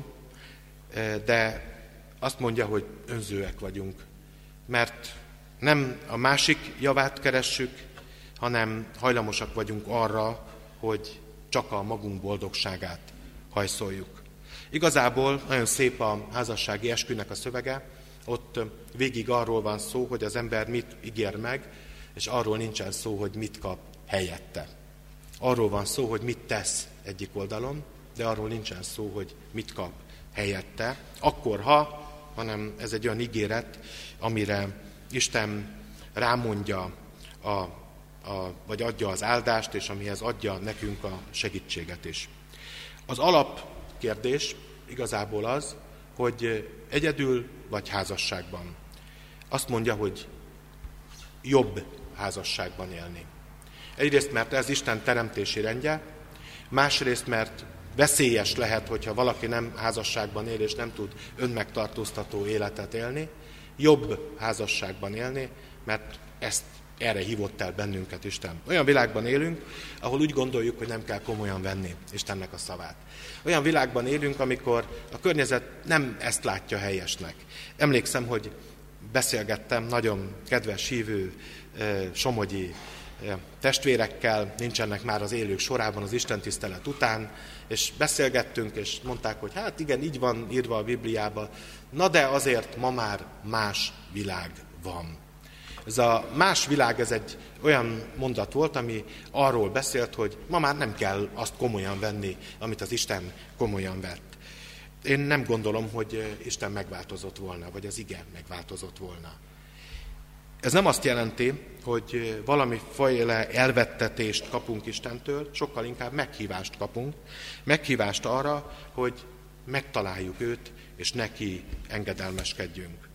de azt mondja, hogy önzőek vagyunk, mert nem a másik javát keressük, hanem hajlamosak vagyunk arra, hogy csak a magunk boldogságát hajszoljuk. Igazából nagyon szép a házassági eskünek a szövege, ott végig arról van szó, hogy az ember mit ígér meg, és arról nincsen szó, hogy mit kap helyette. Arról van szó, hogy mit tesz egyik oldalon, de arról nincsen szó, hogy mit kap helyette. Akkor, ha, hanem ez egy olyan ígéret, amire Isten rámondja, a, a, vagy adja az áldást, és amihez adja nekünk a segítséget is. Az alapkérdés igazából az, hogy egyedül vagy házasságban. Azt mondja, hogy jobb házasságban élni. Egyrészt, mert ez Isten teremtési rendje, másrészt, mert veszélyes lehet, hogyha valaki nem házasságban él, és nem tud önmegtartóztató életet élni, jobb házasságban élni, mert ezt erre hívott el bennünket Isten. Olyan világban élünk, ahol úgy gondoljuk, hogy nem kell komolyan venni Istennek a szavát. Olyan világban élünk, amikor a környezet nem ezt látja helyesnek. Emlékszem, hogy beszélgettem nagyon kedves hívő somogyi testvérekkel, nincsenek már az élők sorában az istentisztelet után, és beszélgettünk, és mondták, hogy hát igen, így van írva a Bibliába, na de azért ma már más világ van. Ez a más világ, ez egy olyan mondat volt, ami arról beszélt, hogy ma már nem kell azt komolyan venni, amit az Isten komolyan vett. Én nem gondolom, hogy Isten megváltozott volna, vagy az ige megváltozott volna. Ez nem azt jelenti, hogy valamiféle elvettetést kapunk Istentől, sokkal inkább meghívást kapunk. Meghívást arra, hogy megtaláljuk őt, és neki engedelmeskedjünk.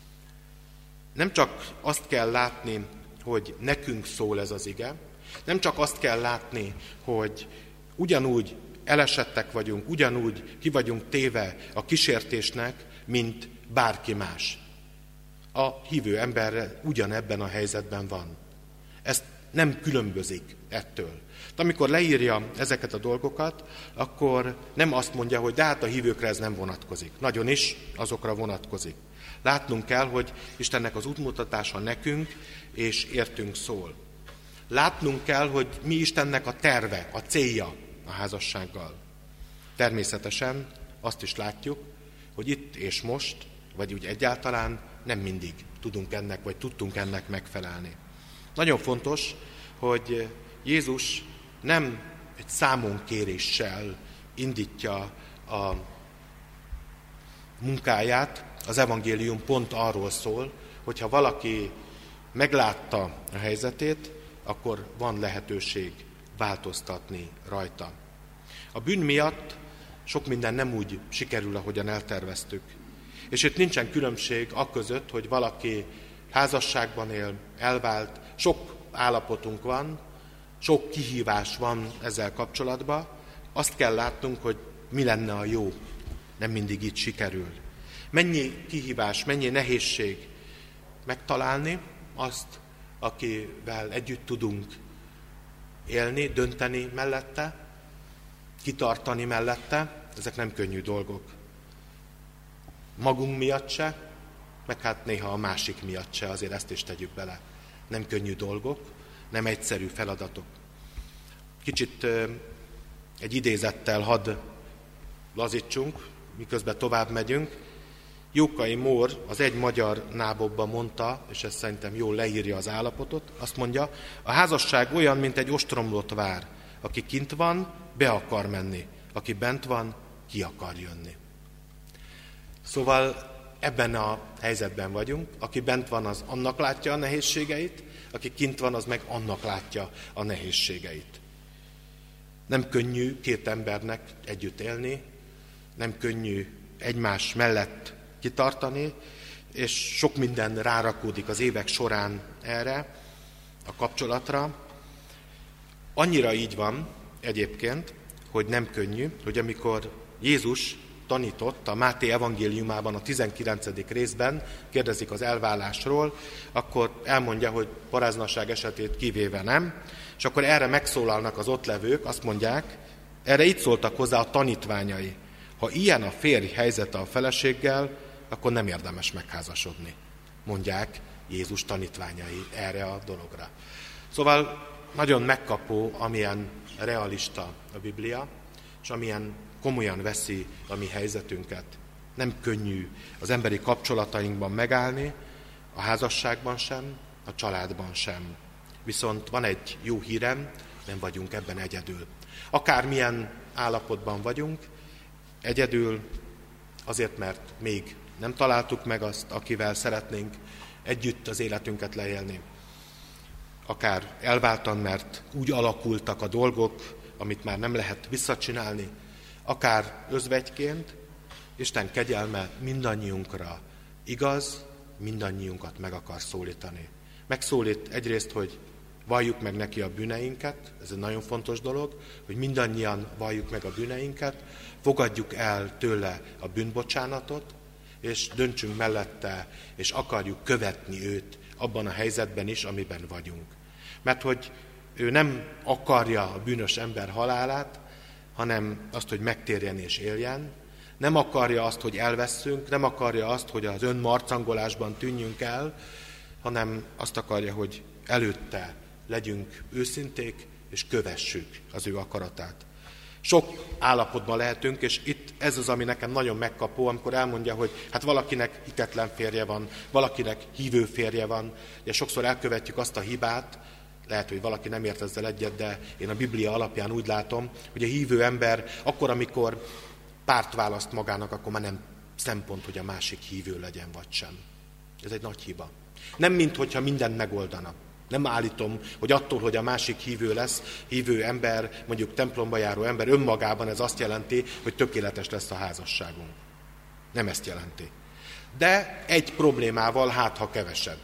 Nem csak azt kell látni, hogy nekünk szól ez az ige, nem csak azt kell látni, hogy ugyanúgy elesettek vagyunk, ugyanúgy ki vagyunk téve a kísértésnek, mint bárki más. A hívő ember ugyanebben a helyzetben van. Ez nem különbözik ettől. De amikor leírja ezeket a dolgokat, akkor nem azt mondja, hogy de hát a hívőkre ez nem vonatkozik. Nagyon is azokra vonatkozik. Látnunk kell, hogy Istennek az útmutatása nekünk és értünk szól. Látnunk kell, hogy mi Istennek a terve, a célja a házassággal. Természetesen azt is látjuk, hogy itt és most, vagy úgy egyáltalán nem mindig tudunk ennek, vagy tudtunk ennek megfelelni. Nagyon fontos, hogy Jézus nem egy számonkéréssel indítja a munkáját, az evangélium pont arról szól, hogyha valaki meglátta a helyzetét, akkor van lehetőség változtatni rajta. A bűn miatt sok minden nem úgy sikerül, ahogyan elterveztük. És itt nincsen különbség aközött, hogy valaki házasságban él, elvált, sok állapotunk van, sok kihívás van ezzel kapcsolatban. Azt kell látnunk, hogy mi lenne a jó. Nem mindig így sikerül. Mennyi kihívás, mennyi nehézség megtalálni azt, akivel együtt tudunk élni, dönteni mellette, kitartani mellette. Ezek nem könnyű dolgok. Magunk miatt se, meg hát néha a másik miatt se, azért ezt is tegyük bele. Nem könnyű dolgok, nem egyszerű feladatok. Kicsit egy idézettel hadd lazítsunk, miközben tovább megyünk. Jókai Mór az Egy magyar nábokban mondta, és ez szerintem jól leírja az állapotot, azt mondja, a házasság olyan, mint egy ostromlott vár. Aki kint van, be akar menni. Aki bent van, ki akar jönni. Szóval ebben a helyzetben vagyunk. Aki bent van, az annak látja a nehézségeit, aki kint van, az meg annak látja a nehézségeit. Nem könnyű két embernek együtt élni, nem könnyű egymás mellett kitartani, és sok minden rárakódik az évek során erre, a kapcsolatra. Annyira így van egyébként, hogy nem könnyű, hogy amikor Jézus tanított a Máté evangéliumában a tizenkilencedik részben, kérdezik az elválásról, akkor elmondja, hogy paráznaság esetét kivéve nem, és akkor erre megszólalnak az ott levők, azt mondják, erre így szóltak hozzá a tanítványai, ha ilyen a férj helyzete a feleséggel, akkor nem érdemes megházasodni, mondják Jézus tanítványai erre a dologra. Szóval nagyon megkapó, amilyen realista a Biblia, és amilyen komolyan veszi a mi helyzetünket. Nem könnyű az emberi kapcsolatainkban megállni, a házasságban sem, a családban sem. Viszont van egy jó hírem, nem vagyunk ebben egyedül. Akármilyen állapotban vagyunk, egyedül azért, mert még nem találtuk meg azt, akivel szeretnénk együtt az életünket leélni. Akár elváltan, mert úgy alakultak a dolgok, amit már nem lehet visszacsinálni, akár özvegyként, Isten kegyelme mindannyiunkra igaz, mindannyiunkat meg akar szólítani. Megszólít egyrészt, hogy valljuk meg neki a bűneinket, ez egy nagyon fontos dolog, hogy mindannyian valljuk meg a bűneinket, fogadjuk el tőle a bűnbocsánatot, és döntsünk mellette, és akarjuk követni őt abban a helyzetben is, amiben vagyunk. Mert hogy ő nem akarja a bűnös ember halálát, hanem azt, hogy megtérjen és éljen. Nem akarja azt, hogy elveszünk, nem akarja azt, hogy az önmarcangolásban tűnjünk el, hanem azt akarja, hogy előtte legyünk őszinték, és kövessük az ő akaratát. Sok állapotban lehetünk, és itt ez az, ami nekem nagyon megkapó, amikor elmondja, hogy hát valakinek hitetlen férje van, valakinek hívő férje van. Ugye sokszor elkövetjük azt a hibát, lehet, hogy valaki nem ért ezzel egyet, de én a Biblia alapján úgy látom, hogy a hívő ember akkor, amikor párt választ magának, akkor már nem szempont, hogy a másik hívő legyen vagy sem. Ez egy nagy hiba. Nem minthogyha mindent megoldana. Nem állítom, hogy attól, hogy a másik hívő lesz, hívő ember, mondjuk templomba járó ember, önmagában ez azt jelenti, hogy tökéletes lesz a házasságunk. Nem ezt jelenti. De egy problémával, hát ha kevesebb.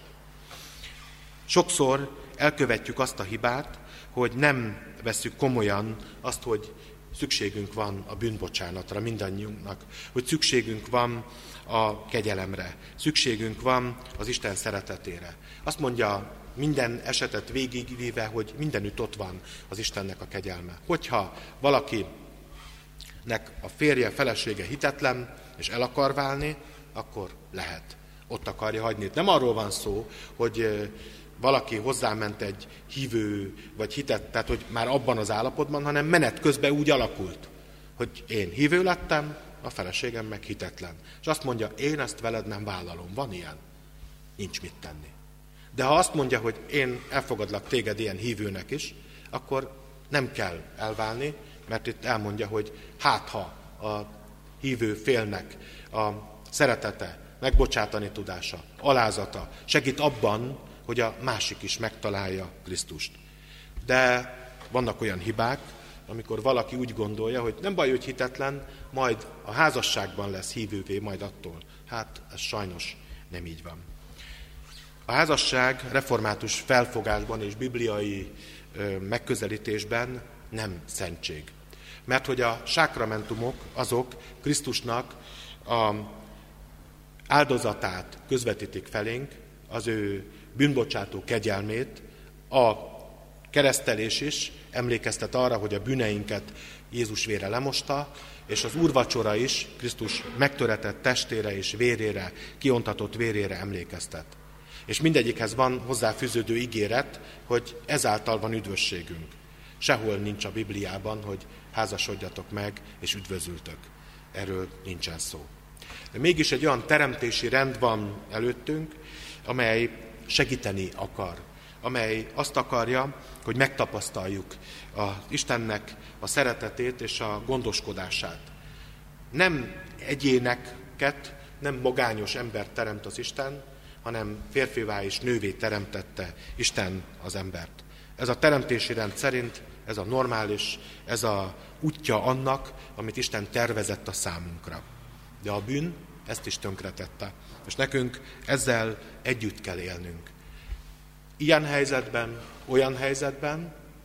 Sokszor elkövetjük azt a hibát, hogy nem vesszük komolyan azt, hogy szükségünk van a bűnbocsánatra mindannyiunknak, hogy szükségünk van a kegyelemre, szükségünk van az Isten szeretetére. Azt mondja minden esetet végigvíve, hogy mindenütt ott van az Istennek a kegyelme. Hogyha valakinek a férje, felesége hitetlen, és el akar válni, akkor lehet. Ott akarja hagyni. Nem arról van szó, hogy valaki hozzáment egy hívő, vagy hitet, tehát hogy már abban az állapotban, hanem menet közben úgy alakult, hogy én hívő lettem, a feleségem meg hitetlen. És azt mondja, én ezt veled nem vállalom. Van ilyen? Nincs mit tenni. De ha azt mondja, hogy én elfogadlak téged ilyen hívőnek is, akkor nem kell elválni, mert itt elmondja, hogy hát ha a hívő félnek a szeretete, megbocsátani tudása, alázata segít abban, hogy a másik is megtalálja Krisztust. De vannak olyan hibák, amikor valaki úgy gondolja, hogy nem baj, hogy hitetlen, majd a házasságban lesz hívővé majd attól. Hát ez sajnos nem így van. A házasság református felfogásban és bibliai ö, megközelítésben nem szentség. Mert hogy a sákramentumok azok Krisztusnak a áldozatát közvetítik felénk, az ő bűnbocsátó kegyelmét, a keresztelés is emlékeztet arra, hogy a bűneinket Jézus vére lemosta, és az úrvacsora is Krisztus megtöretett testére és vérére, kiontatott vérére emlékeztet. És mindegyikhez van hozzáfűződő ígéret, hogy ezáltal van üdvösségünk. Sehol nincs a Bibliában, hogy házasodjatok meg és üdvözültök. Erről nincsen szó. De mégis egy olyan teremtési rend van előttünk, amely segíteni akar, amely azt akarja, hogy megtapasztaljuk az Istennek a szeretetét és a gondoskodását. Nem egyéneket, nem magányos embert teremt az Isten, hanem férfivá és nővé teremtette Isten az embert. Ez a teremtési rend szerint, ez a normális, ez a útja annak, amit Isten tervezett a számunkra. De a bűn ezt is tönkretette, és nekünk ezzel együtt kell élnünk. Ilyen helyzetben, olyan helyzetben,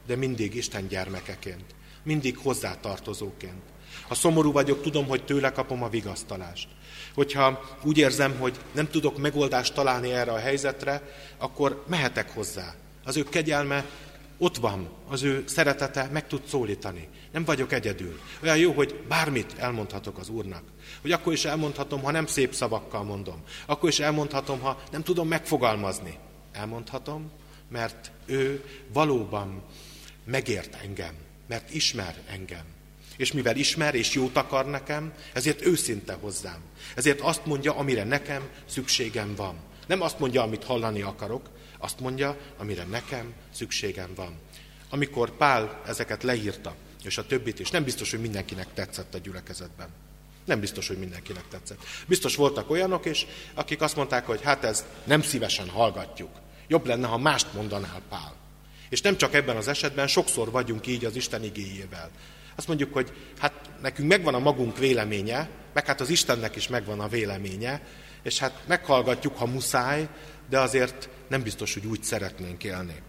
de mindig Isten gyermekeként, mindig hozzátartozóként. Ha szomorú vagyok, tudom, hogy tőle kapom a vigasztalást. Hogyha úgy érzem, hogy nem tudok megoldást találni erre a helyzetre, akkor mehetek hozzá. Az ő kegyelme ott van, az ő szeretete meg tud szólítani. Nem vagyok egyedül. Olyan jó, hogy bármit elmondhatok az Úrnak. Hogy akkor is elmondhatom, ha nem szép szavakkal mondom. Akkor is elmondhatom, ha nem tudom megfogalmazni. Elmondhatom, mert ő valóban megért engem, mert ismer engem. És mivel ismer és jót akar nekem, ezért őszinte hozzám. Ezért azt mondja, amire nekem szükségem van. Nem azt mondja, amit hallani akarok, azt mondja, amire nekem szükségem van. Amikor Pál ezeket leírta, és a többit is, nem biztos, hogy mindenkinek tetszett a gyülekezetben. Nem biztos, hogy mindenkinek tetszett. Biztos voltak olyanok is, akik azt mondták, hogy hát ez nem szívesen hallgatjuk. Jobb lenne, ha mást mondanál Pál. És nem csak ebben az esetben, sokszor vagyunk így az Isten igéjével. Azt mondjuk, hogy hát nekünk megvan a magunk véleménye, meg hát az Istennek is megvan a véleménye, és hát meghallgatjuk, ha muszáj, de azért nem biztos, hogy úgy szeretnénk élni.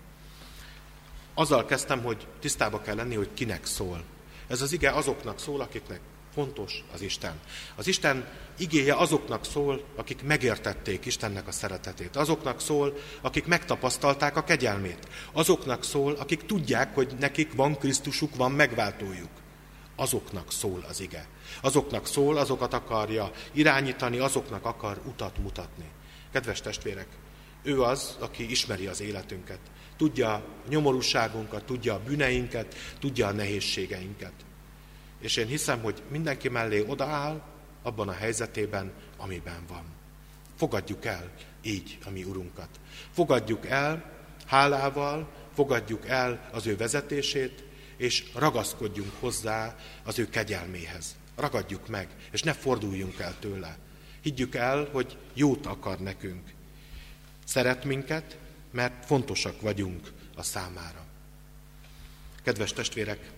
Azzal kezdtem, hogy tisztába kell lenni, hogy kinek szól. Ez az ige azoknak szól, akiknek fontos az Isten. Az Isten igéje azoknak szól, akik megértették Istennek a szeretetét. Azoknak szól, akik megtapasztalták a kegyelmét. Azoknak szól, akik tudják, hogy nekik van Krisztusuk, van megváltójuk. Azoknak szól az ige. Azoknak szól, azokat akarja irányítani, azoknak akar utat mutatni. Kedves testvérek, ő az, aki ismeri az életünket. Tudja a nyomorúságunkat, tudja a bűneinket, tudja a nehézségeinket. És én hiszem, hogy mindenki mellé odaáll abban a helyzetében, amiben van. Fogadjuk el így a mi Urunkat. Fogadjuk el hálával, fogadjuk el az ő vezetését, és ragaszkodjunk hozzá az ő kegyelméhez. Ragadjuk meg, és ne forduljunk el tőle. Higgyük el, hogy jót akar nekünk. Szeret minket, mert fontosak vagyunk a számára. Kedves testvérek,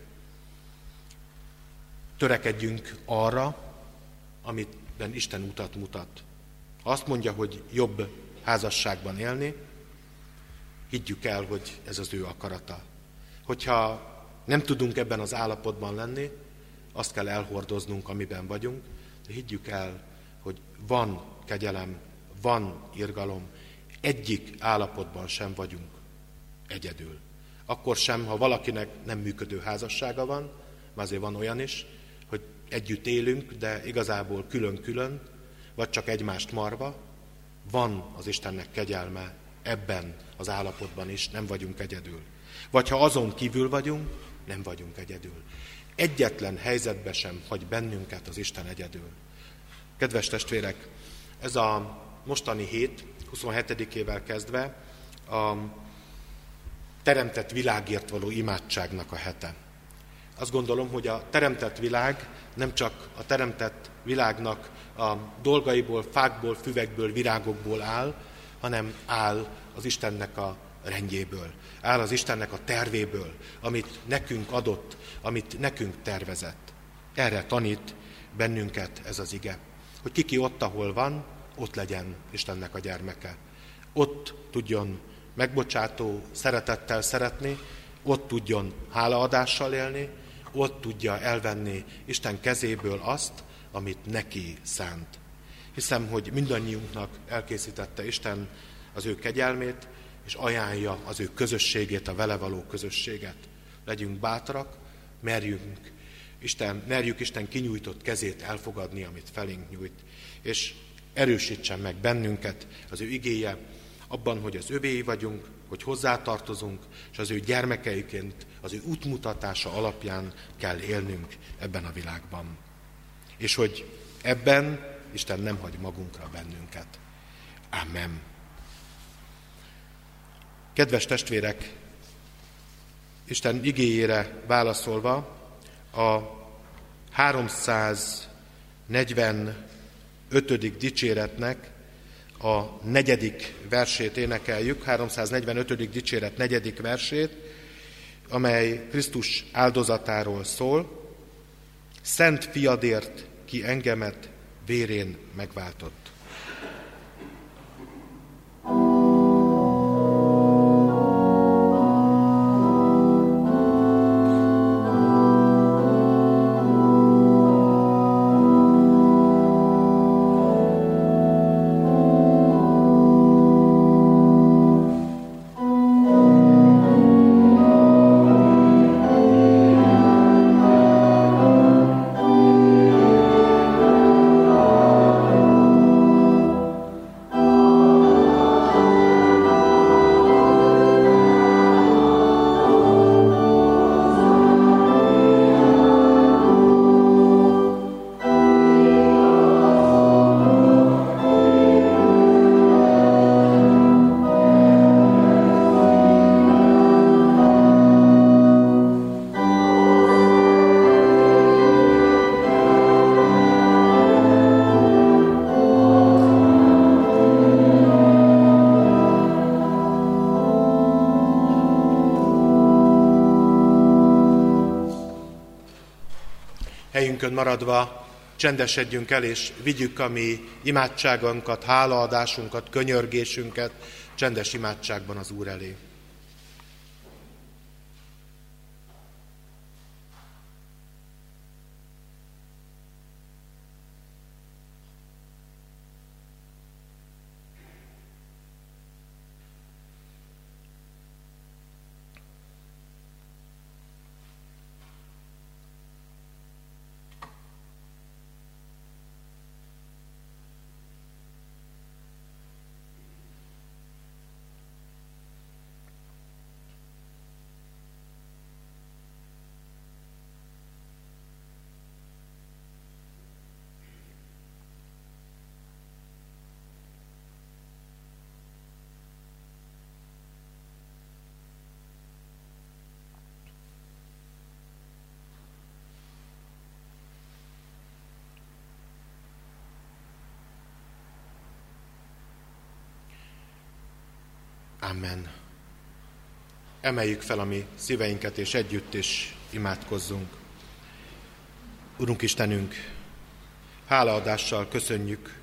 törekedjünk arra, amiben Isten utat mutat. Ha azt mondja, hogy jobb házasságban élni, higgyük el, hogy ez az ő akarata. Hogyha nem tudunk ebben az állapotban lenni, azt kell elhordoznunk, amiben vagyunk, de higgyük el, hogy van kegyelem, van irgalom, egyik állapotban sem vagyunk egyedül. Akkor sem, ha valakinek nem működő házassága van, mert azért van olyan is, hogy együtt élünk, de igazából külön-külön, vagy csak egymást marva, van az Istennek kegyelme ebben az állapotban is, nem vagyunk egyedül. Vagy ha azon kívül vagyunk, nem vagyunk egyedül. Egyetlen helyzetben sem hagy bennünket az Isten egyedül. Kedves testvérek, ez a mostani hét, huszonhetedikével kezdve a teremtett világért való imádságnak a hete. Azt gondolom, hogy a teremtett világ nem csak a teremtett világnak a dolgaiból, fákból, füvekből, virágokból áll, hanem áll az Istennek a rendjéből, áll az Istennek a tervéből, amit nekünk adott, amit nekünk tervezett. Erre tanít bennünket ez az ige, hogy kiki ott, ahol van, ott legyen Istennek a gyermeke. Ott tudjon megbocsátó szeretettel szeretni, ott tudjon hálaadással élni, ott tudja elvenni Isten kezéből azt, amit neki szánt. Hiszem, hogy mindannyiunknak elkészítette Isten az ő kegyelmét, és ajánlja az ő közösségét, a vele való közösséget. Legyünk bátrak, merjünk Isten, merjük Isten kinyújtott kezét elfogadni, amit felénk nyújt, és erősítsen meg bennünket az ő igéje, abban, hogy az övéi vagyunk, hogy hozzátartozunk, és az ő gyermekeiként az ő útmutatása alapján kell élnünk ebben a világban. És hogy ebben Isten nem hagy magunkra bennünket. Amen. Kedves testvérek, Isten igéjére válaszolva a háromszáznegyvenötödik dicséretnek a negyedik versét énekeljük, háromszáznegyvenötödik dicséret negyedik versét, amely Krisztus áldozatáról szól. Szent fiadért, ki engemet vérén megváltott. helyünkön maradva csendesedjünk el, és vigyük a mi imádságunkat, hálaadásunkat, könyörgésünket csendes imádságban az Úr elé. Amen. Emeljük fel a mi szíveinket, és együtt is imádkozzunk. Urunk Istenünk, hálaadással köszönjük,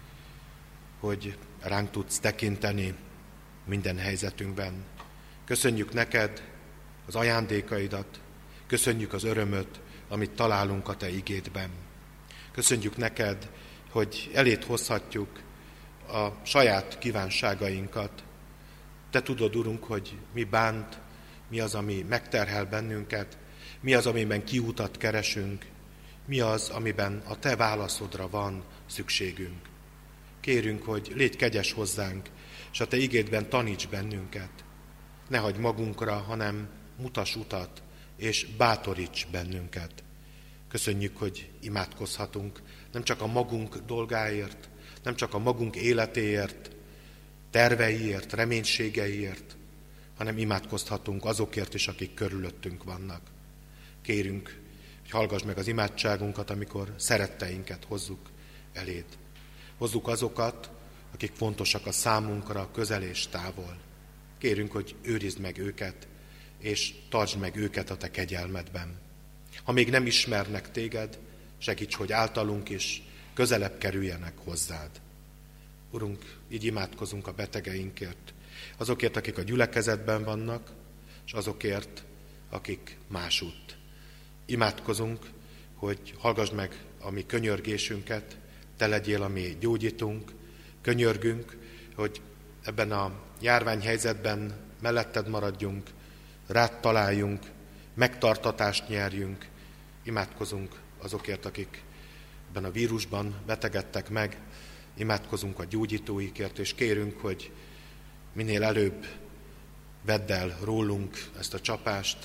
hogy ránk tudsz tekinteni minden helyzetünkben. Köszönjük neked az ajándékaidat, köszönjük az örömöt, amit találunk a te igédben. Köszönjük neked, hogy eléd hozhatjuk a saját kívánságainkat. Te tudod, Urunk, hogy mi bánt, mi az, ami megterhel bennünket, mi az, amiben kiutat keresünk, mi az, amiben a te válaszodra van szükségünk. Kérünk, hogy légy kegyes hozzánk, és a te igédben taníts bennünket. Ne hagyd magunkra, hanem mutass utat, és bátoríts bennünket. Köszönjük, hogy imádkozhatunk, nem csak a magunk dolgáért, nem csak a magunk életéért, terveiért, reménységeiért, hanem imádkozhatunk azokért is, akik körülöttünk vannak. Kérünk, hogy hallgass meg az imádságunkat, amikor szeretteinket hozzuk eléd. Hozzuk azokat, akik fontosak a számunkra, közel és távol. Kérünk, hogy őrizd meg őket, és tartsd meg őket a te kegyelmedben. Ha még nem ismernek téged, segíts, hogy általunk is közelebb kerüljenek hozzád. Urunk, így imádkozunk a betegeinkért, azokért, akik a gyülekezetben vannak, és azokért, akik másútt. Imádkozunk, hogy hallgassd meg a mi könyörgésünket, te legyél a mi gyógyítunk, könyörgünk, hogy ebben a járványhelyzetben melletted maradjunk, rád találjunk, megtartatást nyerjünk. Imádkozunk azokért, akik ebben a vírusban betegedtek meg, imádkozunk a gyógyítóikért, és kérünk, hogy minél előbb vedd el rólunk ezt a csapást,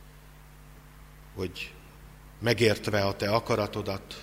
hogy megértve a te akaratodat,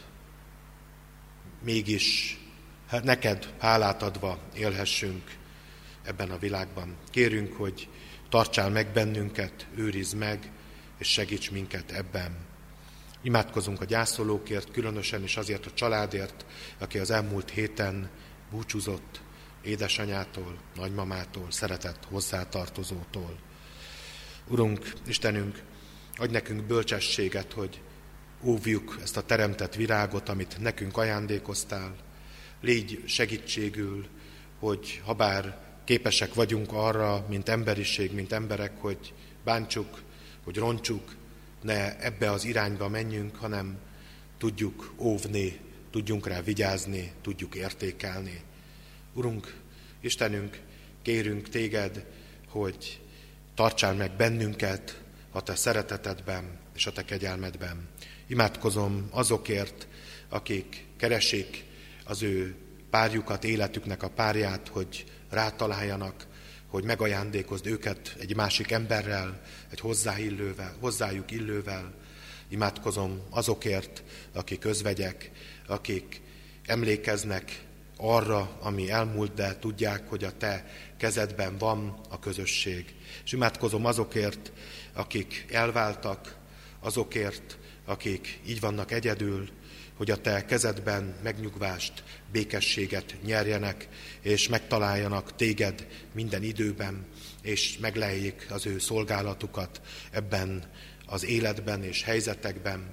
mégis neked hálát adva élhessünk ebben a világban. Kérünk, hogy tartsál meg bennünket, őrizd meg, és segíts minket ebben. Imádkozunk a gyászolókért, különösen is azért a családért, aki az elmúlt héten búcsúzott édesanyától, nagymamától, szeretett hozzátartozótól. Urunk, Istenünk, adj nekünk bölcsességet, hogy óvjuk ezt a teremtett virágot, amit nekünk ajándékoztál. Légy segítségül, hogy habár képesek vagyunk arra, mint emberiség, mint emberek, hogy bántsuk, hogy rontsuk, ne ebbe az irányba menjünk, hanem tudjuk óvni, tudjunk rá vigyázni, tudjuk értékelni. Urunk, Istenünk, kérünk téged, hogy tartsál meg bennünket a te szeretetedben és a te kegyelmedben. Imádkozom azokért, akik keresik az ő párjukat, életüknek a párját, hogy rátaláljanak, hogy megajándékozd őket egy másik emberrel, egy hozzáillővel, hozzájuk illővel. Imádkozom azokért, akik özvegyek, akik emlékeznek arra, ami elmúlt, de tudják, hogy a te kezedben van a közösség. És imádkozom azokért, akik elváltak, azokért, akik így vannak egyedül, hogy a te kezedben megnyugvást, békességet nyerjenek, és megtaláljanak téged minden időben, és megleljék az ő szolgálatukat ebben az életben és helyzetekben,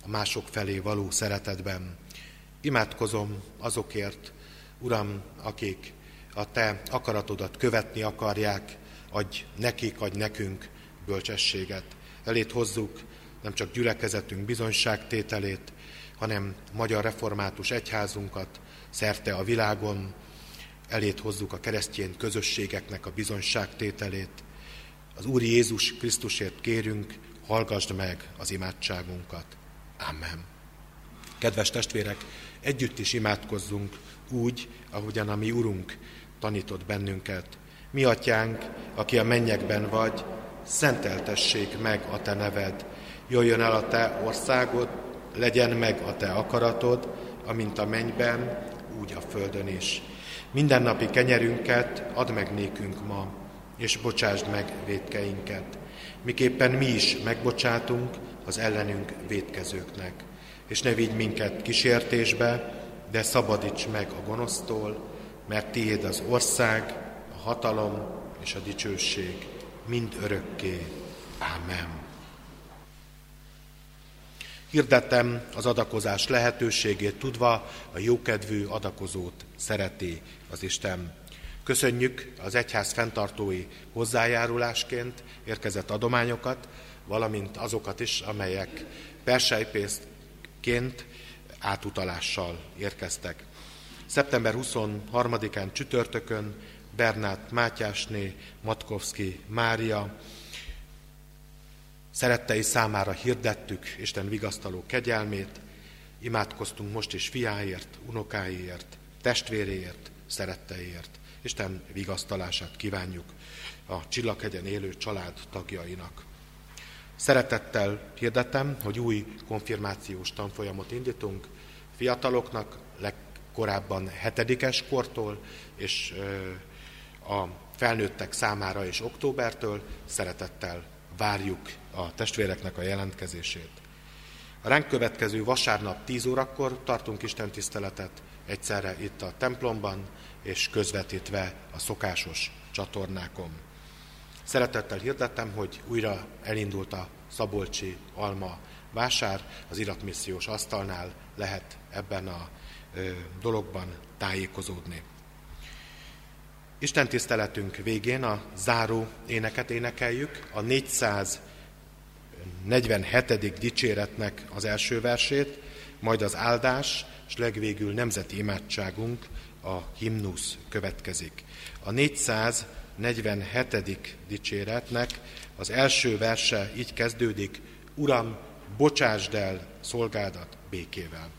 a mások felé való szeretetben. Imádkozom azokért, Uram, akik a Te akaratodat követni akarják, adj nekik, adj nekünk bölcsességet. Elét hozzuk nem csak gyülekezetünk bizonyságtételét, hanem Magyar Református Egyházunkat szerte a világon, elét hozzuk a keresztény közösségeknek a bizonyságtételét. Az Úr Jézus Krisztusért kérünk, hallgasd meg az imádságunkat. Amen. Kedves testvérek, együtt is imádkozzunk úgy, ahogyan a mi Urunk tanított bennünket. Mi Atyánk, aki a mennyekben vagy, szenteltessék meg a Te neved. Jöjjön el a Te országod, legyen meg a Te akaratod, amint a mennyben, úgy a földön is. Mindennapi kenyerünket add meg nékünk ma, és bocsásd meg vétkeinket, miképpen mi is megbocsátunk az ellenünk vétkezőknek. És ne vigy minket kísértésbe, de szabadíts meg a gonosztól, mert tiéd az ország, a hatalom és a dicsőség mind örökké. Ámen. Hirdettem az adakozás lehetőségét, tudva a jókedvű adakozót szereti az Isten. Köszönjük az egyház fenntartói hozzájárulásként érkezett adományokat, valamint azokat is, amelyek persejpészként átutalással érkeztek. szeptember huszonharmadikán csütörtökön Bernát Mátyásné, Matkovszki Mária szerettei számára hirdettük Isten vigasztaló kegyelmét, imádkoztunk most is fiáért, unokáiért, testvéréért, szeretteiért. Isten vigasztalását kívánjuk a Csillaghegyen élő család tagjainak. Szeretettel hirdetem, hogy új konfirmációs tanfolyamot indítunk fiataloknak, legkorábban hetedikes kortól, és a felnőttek számára is októbertől. Szeretettel várjuk a testvéreknek a jelentkezését. A ránk következő vasárnap tíz órakor tartunk istentiszteletet, egyszerre itt a templomban, és közvetítve a szokásos csatornákon. Szeretettel hirdettem, hogy újra elindult a szabolcsi alma vásár, az iratmissziós asztalnál lehet ebben a ö, dologban tájékozódni. Istentiszteletünk végén a záró éneket énekeljük, a négyszáznegyvenhetedik dicséretnek az első versét, majd az áldás, és legvégül nemzeti imádságunk, a himnusz következik. A négyszáznegyvenhetedik dicséretnek az első verse így kezdődik: Uram, bocsásd el szolgádat békével.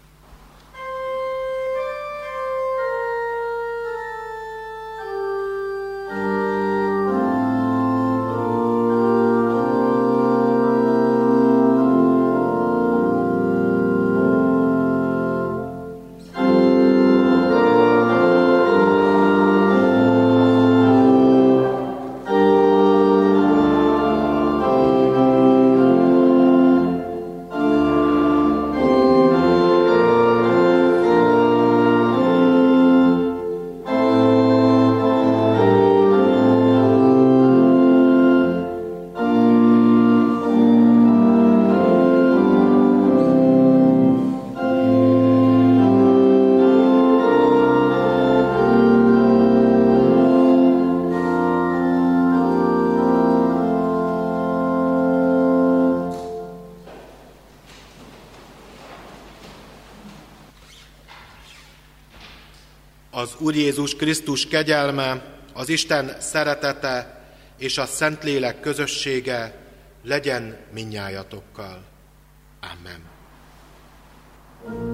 Az Úr Jézus Krisztus kegyelme, az Isten szeretete és a Szentlélek közössége legyen mindnyájatokkal. Amen.